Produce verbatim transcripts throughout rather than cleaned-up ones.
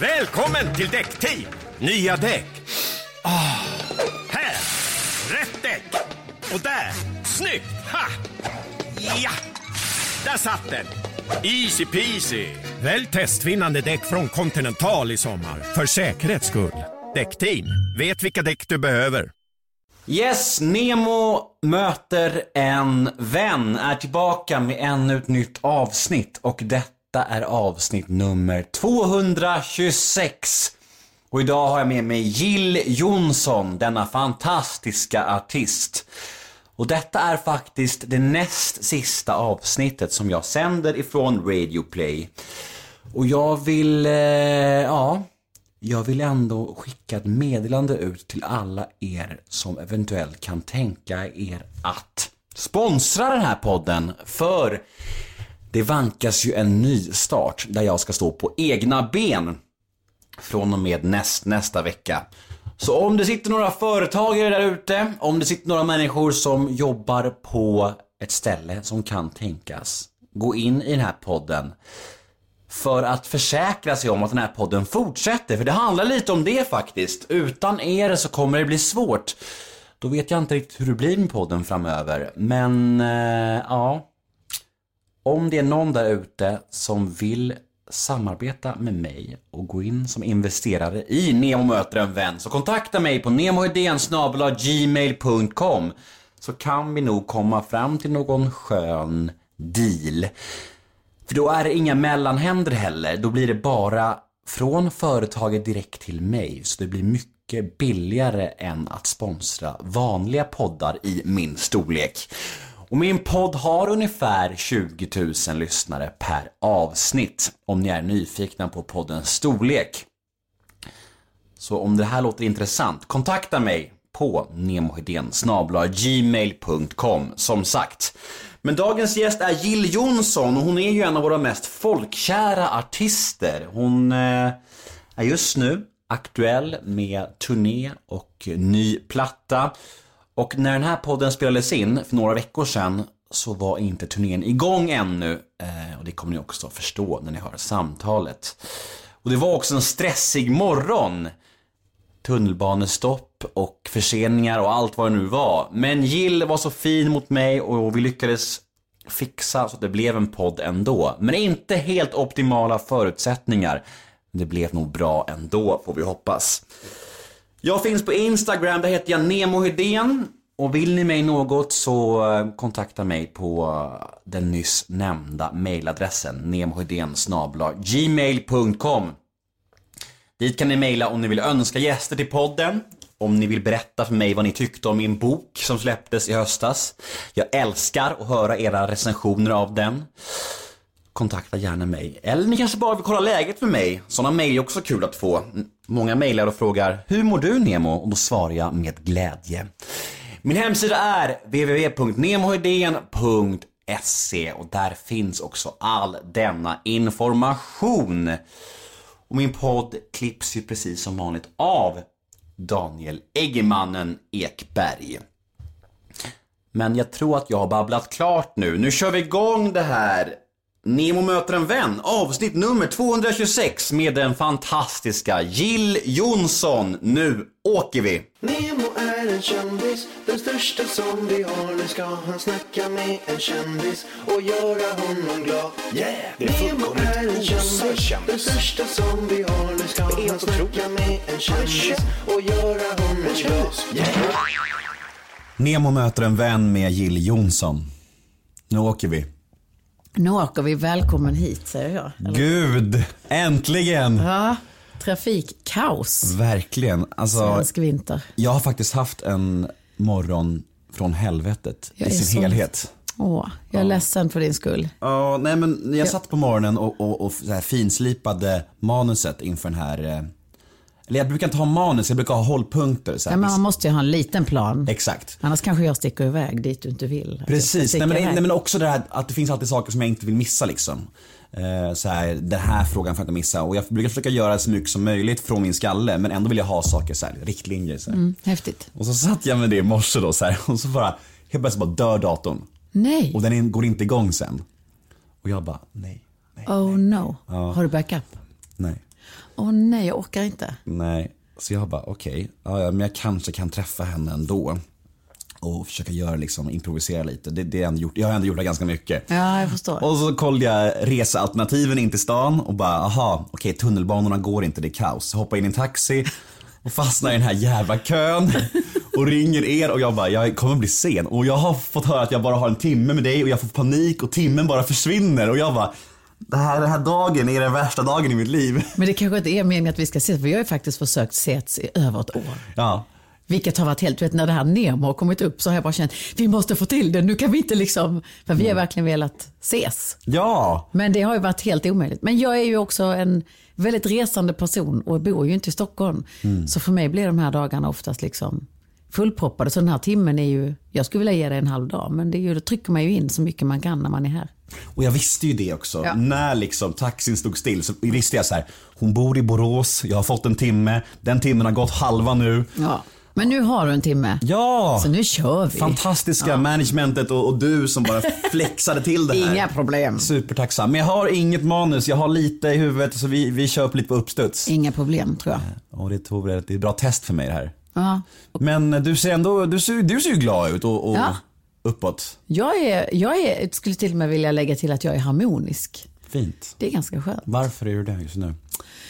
Välkommen till Däckteam. Nya däck. Ah, här. Rätt däck. Och där. Snyggt. Ha. Ja. Där satt den. Easy peasy. Väl testvinnande däck från Continental i sommar. För säkerhets skull. Däckteam. Vet vilka däck du behöver. Yes, Nemo möter en vän är tillbaka med ännu ett nytt avsnitt. Och detta är avsnitt nummer tvåhundratjugosex. Och idag har jag med mig Jill Johnson, denna fantastiska artist. Och detta är faktiskt det näst sista avsnittet som jag sänder ifrån Radio Play. Och jag vill, eh, ja, jag vill ändå skicka ett meddelande ut till alla er som eventuellt kan tänka er att sponsra den här podden. För det vankas ju en ny start där jag ska stå på egna ben från och med näst, nästa vecka. Så om det sitter några företagare där ute, om det sitter några människor som jobbar på ett ställe som kan tänkas gå in i den här podden för att försäkra sig om att den här podden fortsätter. För det handlar lite om det faktiskt. Utan er så kommer det bli svårt. Då vet jag inte riktigt hur det blir med podden framöver. Men eh, ja, om det är någon där ute som vill samarbeta med mig och gå in som investerare i Nemo möter en vän, så kontakta mig på nemohedén snabel-a gmail punkt com, så kan vi nog komma fram till någon skön deal. För då är det inga mellanhänder heller. Då blir det bara från företaget direkt till mig. Så det blir mycket billigare än att sponsra vanliga poddar i min storlek. Och min podd har ungefär tjugo tusen lyssnare per avsnitt, om ni är nyfikna på poddens storlek. Så om det här låter intressant, kontakta mig på nemohedén snabel-a gmail punkt com, som sagt. Men dagens gäst är Jill Johnson och hon är ju en av våra mest folkkära artister. Hon eh, är just nu aktuell med turné och ny platta. Och när den här podden spelades in för några veckor sedan så var inte turnén igång ännu. Eh, och det kommer ni också förstå när ni hör samtalet. Och det var också en stressig morgon. Tunnelbanestopp och förseningar och allt vad det nu var. Men Jill var så fin mot mig och vi lyckades fixa så att det blev en podd ändå. Men inte helt optimala förutsättningar. Det blev nog bra ändå, får vi hoppas. Jag finns på Instagram, där heter jag nemohedén. Och vill ni mig något så kontakta mig på den nyss nämnda mailadressen nemohedén snabel-a gmail punkt com. Dit kan ni mejla om ni vill önska gäster till podden. Om ni vill berätta för mig vad ni tyckte om min bok som släpptes i höstas. Jag älskar att höra era recensioner av den. Kontakta gärna mig. Eller ni kanske bara vill kolla läget för mig. Sådana mejl är också kul att få. Många mejlar och frågar: hur mår du, Nemo? Och då svarar jag med glädje. Min hemsida är w w w punkt nemohedén punkt se och där finns också all denna information. Och min podd klipps ju precis som vanligt av Daniel Eggemannen Ekberg. Men jag tror att jag har babblat klart nu. Nu kör vi igång det här. Nemo möter en vän, avsnitt nummer tvåhundratjugosex med den fantastiska Jill Johnson. Nu åker vi! Nemo är en kändis, den största som vi har. Nu ska han snacka med en kändis och göra honom glad. Yeah! Det är Nemo är en kändis, den största som vi har. Nu ska han snacka med en kändis och göra honom glad. Yeah! Nemo möter en vän med Jill Johnson. Nu åker vi. Nu åker vi, välkommen hit, säger jag. Eller? Gud, äntligen! Ja, trafikkaos. Verkligen. Alltså, svensk vinter. Jag har faktiskt haft en morgon från helvetet jag i sin så... helhet. Åh, jag är ja. ledsen för din skull. Ja, nej men jag jag... satt på morgonen och, och, och så här finslipade manuset inför den här... Eller jag brukar inte ha manus, jag brukar ha hållpunkter. Så här. Ja, men man måste ju ha en liten plan. Exakt. Annars kanske jag sticker iväg dit du inte vill. Precis, nej men, nej men också det här att det finns alltid saker som jag inte vill missa liksom. Eh, så här, den här frågan får jag inte missa. Och jag brukar försöka göra så mycket som möjligt från min skalle. Men ändå vill jag ha saker så här, riktlinjer så här. Mm, häftigt. Och så satt jag med det i morse då så här, och så bara, helt plötsligt bara dör datorn. Nej. Och den går inte igång sen. Och jag bara, nej, nej. Oh nej. no, Ja. har du backup? Nej. Åh nej, jag orkar inte. Nej, så jag bara okej, okay, ja, men jag kanske kan träffa henne ändå. Och försöka göra liksom, improvisera lite. Det, det är ändå gjort, jag har ändå gjort det ganska mycket. Ja, jag förstår. Och så kollade jag resealternativen in till stan och bara, aha, okej, okay, tunnelbanorna går inte, det är kaos. Så hoppar in i en taxi och fastnar i den här jävla kön och ringer er och jag bara, jag kommer bli sen. Och jag har fått höra att jag bara har en timme med dig och jag får panik och timmen bara försvinner. Och jag bara, det här, den här dagen är den värsta dagen i mitt liv. Men det kanske inte är meningen att vi ska ses, för jag har ju faktiskt försökt ses i över ett år. Ja. Vilket har varit helt, du vet, när det här Nemo har kommit upp så har jag bara känt, vi måste få till det, nu kan vi inte liksom, för vi har verkligen velat ses. Ja. Men det har ju varit helt omöjligt. Men jag är ju också en väldigt resande person och bor ju inte i Stockholm. Mm. Så för mig blir de här dagarna oftast liksom fullproppade. Så den här timmen är ju, jag skulle vilja ge det en halv dag, men det är ju, då trycker man ju in så mycket man kan när man är här. Och jag visste ju det också. Ja. När liksom taxin stod still så visste jag så här, hon bor i Borås, jag har fått en timme, den timmen har gått halva nu. Ja. Men nu har du en timme. Ja. Så nu kör vi. Fantastiska ja. managementet och, och du som bara flexade till det här. Inga problem. Supertacksam. Men jag har inget manus, jag har lite i huvudet så vi, vi kör upp lite på uppstuds. Inga problem tror jag. Och det tog det är ett bra test för mig det här. Ja. Men du ser ändå, du ser, du ser ju glad ut och, och ja. uppåt. Jag är, jag är, skulle till och med vilja lägga till att jag är harmonisk. Fint. Det är ganska skönt. Varför är du det just nu?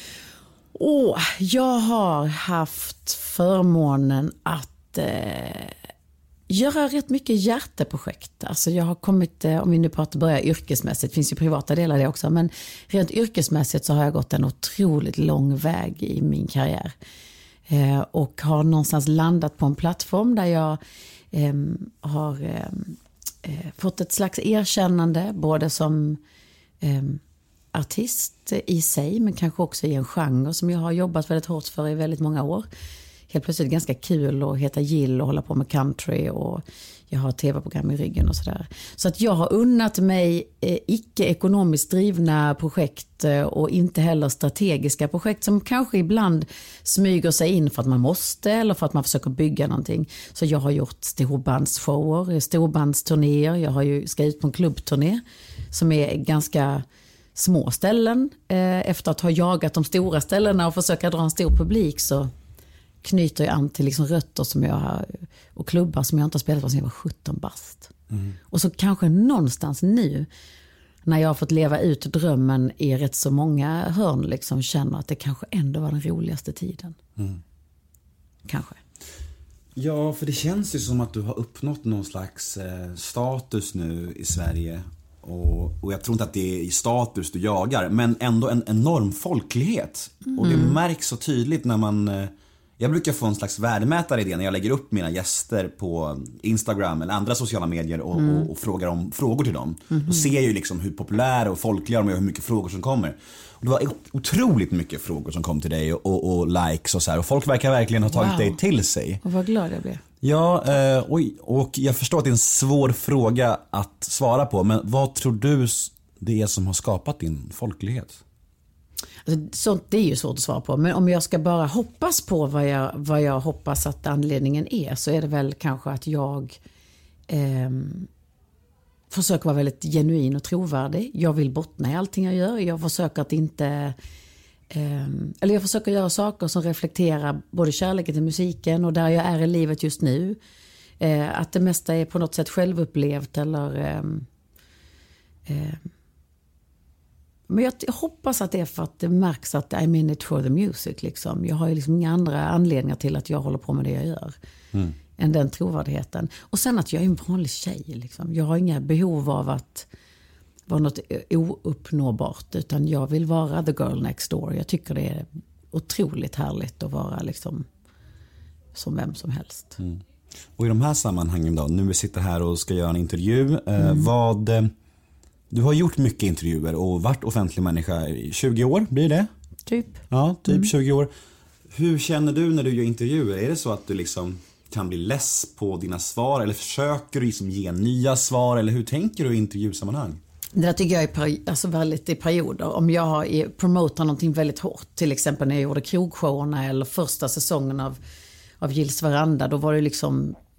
Åh, jag har haft förmånen att eh, göra rätt mycket hjärteprojekt. Alltså jag har kommit, eh, om vi nu pratar börja yrkesmässigt, det finns ju privata delar det också, men rent yrkesmässigt så har jag gått en otroligt lång väg i min karriär. Eh, och har någonstans landat på en plattform där jag eh, har eh, fått ett slags erkännande, både som eh, artist i sig, men kanske också i en genre som jag har jobbat väldigt hårt för i väldigt många år. Helt plötsligt ganska kul att heta Jill och hålla på med country, och jag har tv-program i ryggen och sådär. Så att jag har unnat mig eh, icke-ekonomiskt drivna projekt eh, och inte heller strategiska projekt som kanske ibland smyger sig in för att man måste eller för att man försöker bygga någonting. Så jag har gjort storbandsshower, storbandsturnéer, jag har ju ska ut på en klubbturné som är ganska små ställen. Eh, efter att ha jagat de stora ställena och försöka dra en stor publik så knyter jag an till liksom rötter som jag har, och klubbar som jag inte har spelat på sedan jag var sjutton bast. Mm. Och så kanske någonstans nu när jag har fått leva ut drömmen i rätt så många hörn liksom känner att det kanske ändå var den roligaste tiden. Mm. Kanske. Ja, för det känns ju som att du har uppnått någon slags eh, status nu i Sverige. Och, och jag tror inte att det är i status du jagar, men ändå en enorm folklighet. Mm. Och det märks så tydligt när man... Eh, jag brukar få en slags värdemätare i det när jag lägger upp mina gäster på Instagram eller andra sociala medier och, mm. och, och frågar om frågor till dem. Mm. Då ser jag ju liksom hur populära och folkliga de är och hur mycket frågor som kommer. Och det var otroligt mycket frågor som kom till dig och, och, och likes och så här. Och folk verkar verkligen ha tagit wow. dig till sig. Och vad glad jag blev. Ja, eh, oj, och jag förstår att det är en svår fråga att svara på. Men vad tror du det är som har skapat din folklighet? Alltså, sånt, det är ju svårt att svara på. Men om jag ska bara hoppas på vad jag, vad jag hoppas att anledningen är, så är det väl kanske att jag eh, försöker vara väldigt genuin och trovärdig. Jag vill bottna i allting jag gör. Jag försöker att inte... Eh, eller jag försöker göra saker som reflekterar både kärleken till musiken och där jag är i livet just nu. Eh, att det mesta är på något sätt självupplevt eller... Eh, eh, Men jag hoppas att det är för att det märks att I'm in it for the music. Liksom. Jag har ju liksom inga andra anledningar till att jag håller på med det jag gör. Mm. Än den trovärdigheten. Och sen att jag är en vanlig tjej. Liksom. Jag har inga behov av att vara något ouppnåbart. Utan jag vill vara the girl next door. Jag tycker det är otroligt härligt att vara liksom som vem som helst. Mm. Och i de här sammanhangen då, nu vi sitter här och ska göra en intervju. Eh, mm. Vad... Du har gjort mycket intervjuer och varit offentlig människa i tjugo år, blir det? Typ. Ja, typ mm. tjugo år. Hur känner du när du gör intervjuer? Är det så att du liksom kan bli less på dina svar? Eller försöker du liksom ge nya svar? Eller hur tänker du i intervjusammanhang? Det där tycker jag är alltså väldigt i perioder. Om jag har promotat någonting väldigt hårt, till exempel när jag gjorde krogshowerna eller första säsongen av, av Gills veranda, då var det liksom...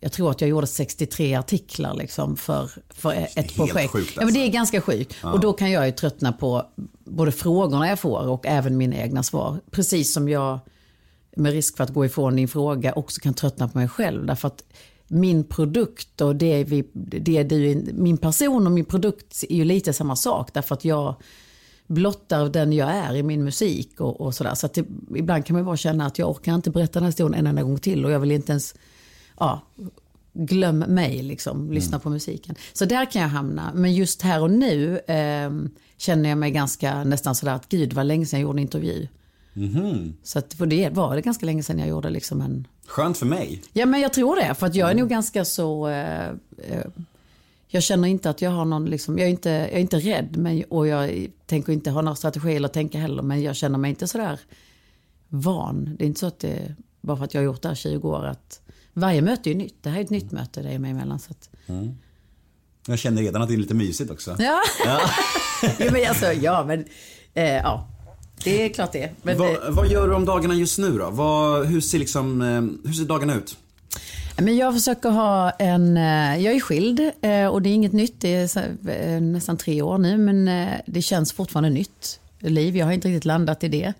jag tror att jag gjorde sextiotre artiklar liksom för, för ett helt projekt. Sjukt, alltså. Ja, men det är ganska sjukt. Ja. Och då kan jag ju tröttna på både frågorna jag får och även mina egna svar. Precis som jag, med risk för att gå ifrån din fråga, också kan tröttna på mig själv. Därför att min produkt och det vi, det, det är ju, min person och min produkt är ju lite samma sak. Därför att jag blottar den jag är i min musik och, och sådär. Så att det, ibland kan man bara känna att jag orkar inte berätta den här historien en enda gång till. Och jag vill inte ens, ja, glöm mig liksom, lyssna mm. på musiken. Så där kan jag hamna. Men just här och nu eh, känner jag mig ganska nästan sådär att gud, var länge sedan jag gjorde en intervju. Mm-hmm. Så att för det var det ganska länge sedan jag gjorde liksom en... Skönt för mig. Ja, men jag tror det. För att jag är mm. nog ganska så... Eh, eh, jag känner inte att jag har någon liksom... Jag är inte, jag är inte rädd. Men, och jag tänker inte ha några strategier eller tänka heller. Men jag känner mig inte sådär van. Det är inte så att det... Bara för att jag har gjort det här tjugo år att... Varje möte är ju nytt. Det här är ett nytt möte det är mig emellan. Så att... mm. Jag känner redan att det är lite mysigt också. Ja, ja. ja men alltså, ja, men... Eh, ja. Det är klart det. Men vad, det... vad gör du om dagarna just nu då? Vad, hur, ser liksom, hur ser dagarna ut? Men jag försöker ha en... Jag är skild och det är inget nytt. Det är nästan tre år nu, men det känns fortfarande nytt liv. Jag har inte riktigt landat i det.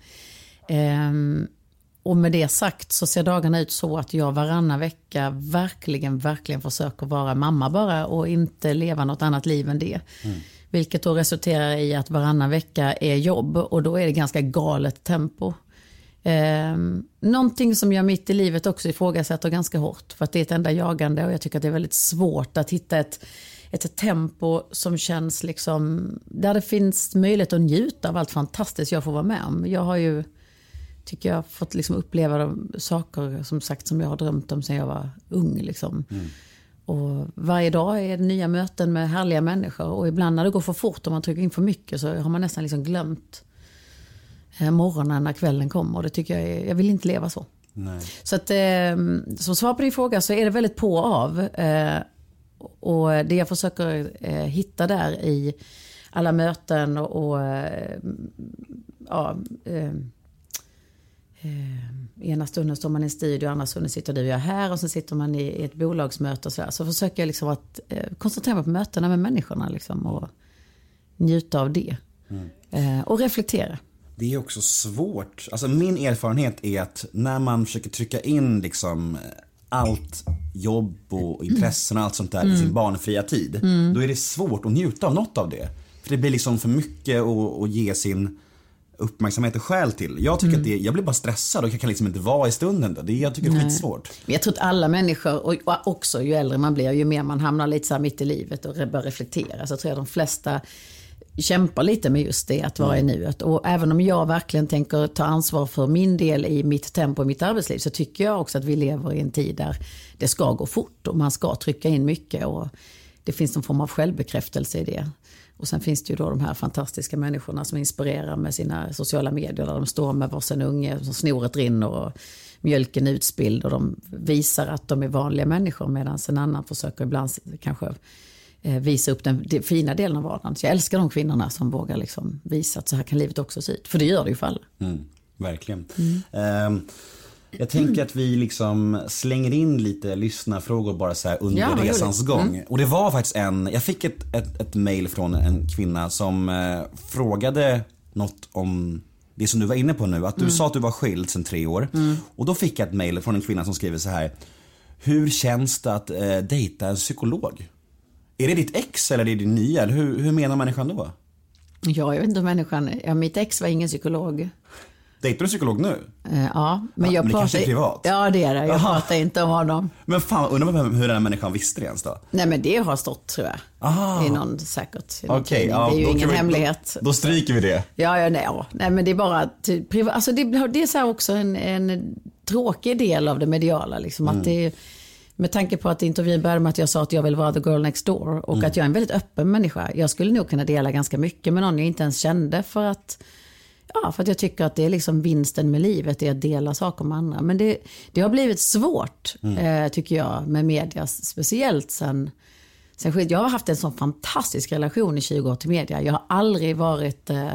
Och med det sagt så ser dagarna ut så att jag varannan vecka verkligen, verkligen försöker vara mamma bara och inte leva något annat liv än det. Mm. Vilket då resulterar i att varannan vecka är jobb och då är det ganska galet tempo. Eh, någonting som jag mitt i livet också ifrågasätter ganska hårt för att det är ett enda jagande och jag tycker att det är väldigt svårt att hitta ett, ett tempo som känns liksom där det finns möjlighet att njuta av allt fantastiskt jag får vara med om. Jag har ju, tycker jag, fått liksom uppleva de saker som sagt som jag har drömt om sedan jag var ung liksom. Mm. Och varje dag är det nya möten med härliga människor och ibland när det går för fort och man trycker in för mycket så har man nästan liksom glömt morgonen när kvällen kommer och det tycker jag är, jag vill inte leva så. Nej. Så att eh, som svar på din fråga så är det väldigt på och av eh, och det jag försöker eh, hitta där i alla möten och, och eh, ja eh, Eh, ena stunden står man i en studio, andra stunden sitter du och jag här och så sitter man i, i ett bolagsmöte och så där. Så försöker jag liksom att eh, koncentrera mig på mötena med människorna liksom och njuta av det. Mm. Eh, och reflektera. Det är också svårt. Alltså min erfarenhet är att när man försöker trycka in liksom allt jobb och intressen och allt sånt där mm. i sin barnfria tid, mm. då är det svårt att njuta av något av det. För det blir liksom för mycket att, att ge sin uppmärksamhet och skäl till. Jag tycker mm. att det, jag blir bara stressad och jag kan liksom inte vara i stunden då. Det jag tycker det är skitsvårt. Men jag tror att alla människor, och också ju äldre man blir, ju mer man hamnar lite så här mitt i livet och börjar reflektera, så tror jag de flesta kämpar lite med just det, att vara mm. i nuet. Och även om jag verkligen tänker ta ansvar för min del i mitt tempo i mitt arbetsliv, så tycker jag också att vi lever i en tid där det ska gå fort och man ska trycka in mycket och det finns någon form av självbekräftelse i det. Och sen finns det ju då de här fantastiska människorna som inspirerar med sina sociala medier där de står med varsin unge som snoret rinner och mjölken utspilld och de visar att de är vanliga människor medan en annan försöker ibland kanske eh, visa upp den, den fina delen av vardagen. Så jag älskar de kvinnorna som vågar liksom visa att så här kan livet också se ut. För det gör det ju för alla. Mm, verkligen. Mm. Um... Jag tänker att vi liksom slänger in lite lyssnarfrågor bara så här under ja, resans gång. Mm. Och det var faktiskt en, jag fick ett, ett, ett mejl från en kvinna som eh, frågade något om det som du var inne på nu. Att du mm. sa att du var skild sedan tre år. Mm. Och då fick jag ett mejl från en kvinna som skriver så här: hur känns det att eh, dejta en psykolog? Är det ditt ex eller är det din nya? Eller hur, hur menar människan då? Ja, jag vet inte om människan, ja, mitt ex var ingen psykolog. Dejtar du psykolog nu? Uh, ja, men ja, jag men pratar... kanske är privat. Ja, det är det. Jag Aha. pratar inte om honom. Men fan, undrar hur den här människan visste det ens då? Nej, men det har stått, tror jag. Aha. I någon, säkert. I någon okay, ja, det är ju ingen vi, hemlighet. Då, då stryker vi det. Ja, ja, nej, ja. nej men det är bara... Typ, privat, alltså det, det är så här också en, en tråkig del av det mediala. Liksom, mm. att det, med tanke på att intervjun började med att jag sa att jag vill vara the girl next door. Och mm. att jag är en väldigt öppen människa. Jag skulle nog kunna dela ganska mycket med någon jag inte ens kände för att... Ja, för att jag tycker att det är liksom vinsten med livet är att dela saker med andra. Men det, det har blivit svårt, mm. eh, tycker jag, med media. Speciellt sen, sen... Jag har haft en sån fantastisk relation i tjugo år till media. Jag har aldrig varit eh,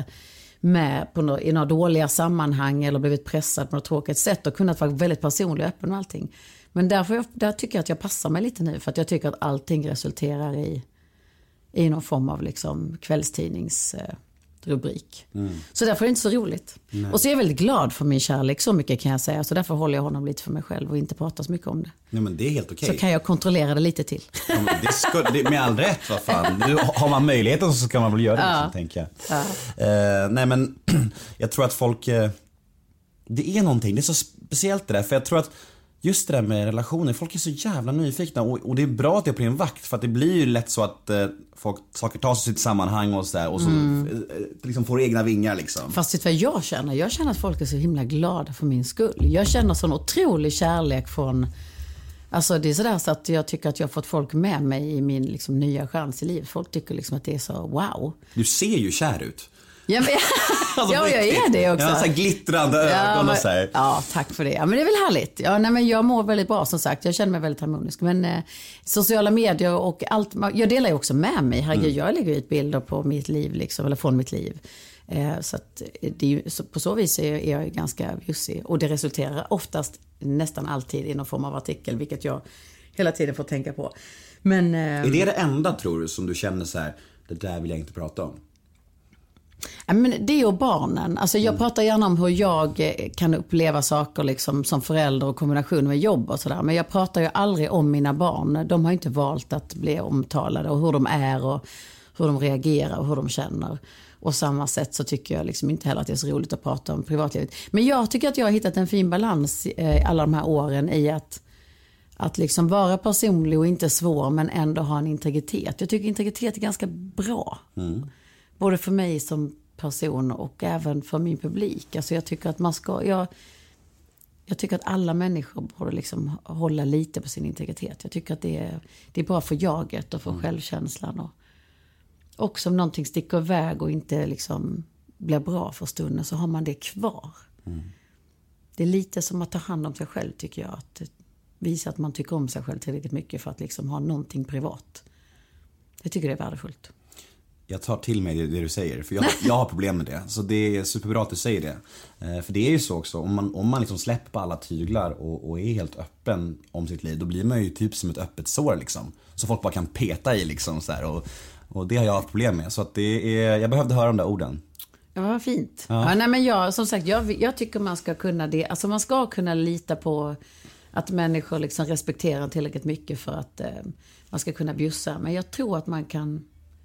med på no, i några dåliga sammanhang eller blivit pressad på något tråkigt sätt och kunnat vara väldigt personlig och öppen och allting. Men därför, där tycker jag att jag passar mig lite nu. För att jag tycker att allting resulterar i, i någon form av liksom kvällstidningsrubrik. Mm. Så därför är det inte så roligt. Nej. Och så är jag väldigt glad för min kärlek, så mycket kan jag säga. Så därför håller jag honom lite för mig själv och inte pratar så mycket om det. Ja, men det är helt okej. Så kan jag kontrollera det lite till. Ja, men det ska, det, med all rätt, vad fan. Du, har man möjligheten så ska man väl göra det, ja. Så, tänker jag. Ja. Uh, nej, men jag tror att folk... Uh, det är någonting, det är så speciellt det där. För jag tror att just det där med relationer, folk är så jävla nyfikna. Och, och det är bra att det är på din vakt. För att det blir ju lätt så att uh, folk, saker tas i sitt sammanhang och sådär. Och så mm. uh, liksom får egna vingar liksom. Fast vet du vad jag känner? Jag känner att folk är så himla glada för min skull. Jag känner sån otrolig kärlek från... Alltså det är sådär så att jag tycker att jag har fått folk med mig i min liksom, nya chans i livet. Folk tycker liksom att det är så wow. Du ser ju kär ut. Ja, men, alltså, ja jag är det också. Jag har så här glittrande ögon ja, men, och så här. Ja, tack för det. Ja, men det är väl härligt. Ja, nej, men jag mår väldigt bra som sagt. Jag känner mig väldigt harmonisk. Men eh, sociala medier och allt. Jag delar ju också med mig. Herregud, mm. jag lägger ut bilder på mitt liv liksom, eller från mitt liv. Eh, så att det är ju, så, på så vis är jag, är jag ganska bjussig. Och det resulterar oftast nästan alltid i någon form av artikel. Vilket jag hela tiden får tänka på. Men, eh, är det det enda, tror du, som du känner så här, det där vill jag inte prata om? Men det och barnen. Alltså jag mm. pratar gärna om hur jag kan uppleva saker liksom som förälder och kombination med jobb och sådär. Men jag pratar ju aldrig om mina barn. De har ju inte valt att bli omtalade och hur de är och hur de reagerar och hur de känner. Och samma sätt så tycker jag liksom inte heller att det är så roligt att prata om privatlivet. Men jag tycker att jag har hittat en fin balans i alla de här åren i att, att liksom vara personlig och inte svår men ändå ha en integritet. Jag tycker integritet är ganska bra. Mm. Både för mig som person och även för min publik. Alltså jag tycker att man ska... Jag, jag tycker att alla människor borde liksom hålla lite på sin integritet. Jag tycker att det är, det är bra för jaget och för mm. självkänslan. Och också om någonting sticker iväg och inte liksom blir bra för stunden så har man det kvar. Mm. Det är lite som att ta hand om sig själv tycker jag. Att visa att man tycker om sig själv tillräckligt mycket för att liksom ha någonting privat. Jag tycker det är värdefullt. Jag tar till mig det, det du säger. För jag, jag har problem med det. Så det är superbra att du säger det. Eh, för det är ju så också. Om man, om man liksom släpper på alla tyglar och, och är helt öppen om sitt liv. Då blir man ju typ som ett öppet sår liksom. Så folk bara kan peta i liksom så här. Och, och det har jag haft problem med. Så att det är, jag behövde höra de där orden. Ja, vad fint. Ja. Ja, nej, men jag, som sagt, jag, jag tycker man ska kunna det. Alltså man ska kunna lita på att människor liksom respekterar tillräckligt mycket för att eh, man ska kunna bjussa. Men jag tror att man kan...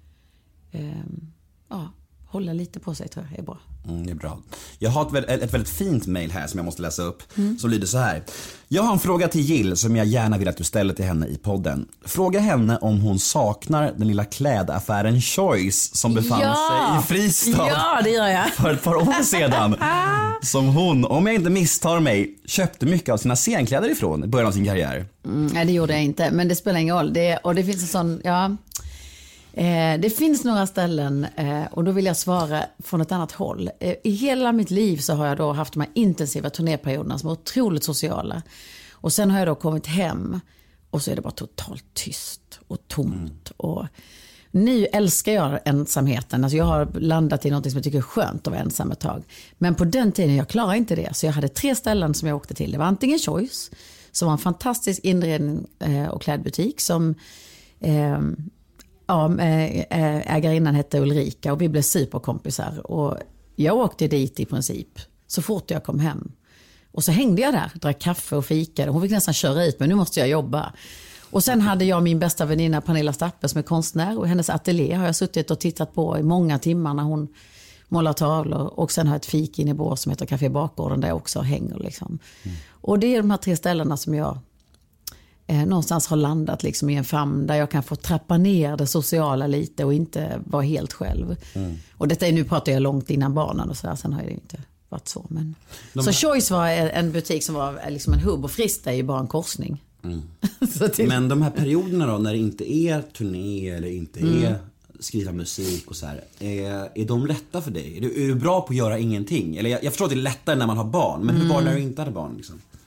Um, ja, hålla lite på sig tror jag är bra. Mm, det är bra. Jag har ett, ett väldigt fint mejl här som jag måste läsa upp. Mm. Som lyder så här. Jag har en fråga till Jill som jag gärna vill att du ställer till henne i podden. Fråga henne om hon saknar den lilla klädaffären Choice som befann ja! sig i Fristad. Ja, det gör jag. För ett par år sedan. Som hon, om jag inte misstar mig, köpte mycket av sina scenkläder ifrån i början av sin karriär. Mm, nej, det gjorde jag inte. Men det spelar ingen roll. Det, och det finns en sån, ja... Eh, det finns några ställen eh, och då vill jag svara från ett annat håll. Eh, I hela mitt liv så har jag då haft de här intensiva turnéperioderna som är otroligt sociala. Och sen har jag då kommit hem och så är det bara totalt tyst och tomt. Mm. Och nu älskar jag ensamheten. Alltså jag har landat i något som jag tycker är skönt att vara ensam ett tag. Men på den tiden jag klarar inte det. Så jag hade tre ställen som jag åkte till. Det var antingen Choice som var en fantastisk inredning eh, och klädbutik som... Eh, Ja, ägarinnan hette Ulrika och vi blev superkompisar. Och jag åkte dit i princip så fort jag kom hem. Och så hängde jag där, drack kaffe och fikade. Hon fick nästan köra ut, men nu måste jag jobba. Och sen hade jag min bästa väninna Pernilla Stappe som är konstnär. Och hennes ateljé har jag suttit och tittat på i många timmar när hon målar tavlor. Och sen har jag ett fik in i Bås som heter Café Bakgården där jag också hänger. Liksom. Mm. Och det är de här tre ställena som jag... Eh, någonstans har landat liksom i en famn där jag kan få trappa ner det sociala lite och inte vara helt själv. Mm. Och detta är, nu pratar jag långt innan barnen och sådär, sen har det inte varit så. Men... De... Så Choice var en butik som var liksom en hubb och Frista är ju bara en korsning. Mm. så till... Men de här perioderna då när det inte är turné eller inte mm. är skriva musik och så här, är, är de lätta för dig? Är du, är du bra på att göra ingenting? Eller jag, jag förstår att det är lättare när man har barn, men mm. hur var det när du inte hade barn liksom?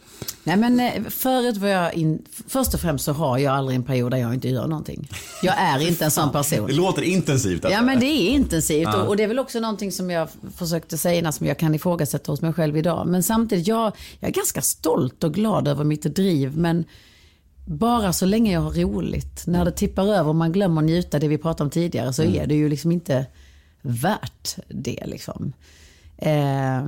Nej, men förut var jag in, först och främst så har jag aldrig en period där jag inte gör någonting. Jag är inte en sån person. Det låter intensivt. Alltså. Ja, men det är intensivt. Ja. Och, och det är väl också någonting som jag försökte säga som jag kan ifrågasätta hos mig själv idag. Men samtidigt, jag, jag är ganska stolt och glad över mitt driv. Men bara så länge jag har roligt. När det tippar över och man glömmer njuta det vi pratade om tidigare, så mm. är det ju liksom inte värt det liksom. Eh,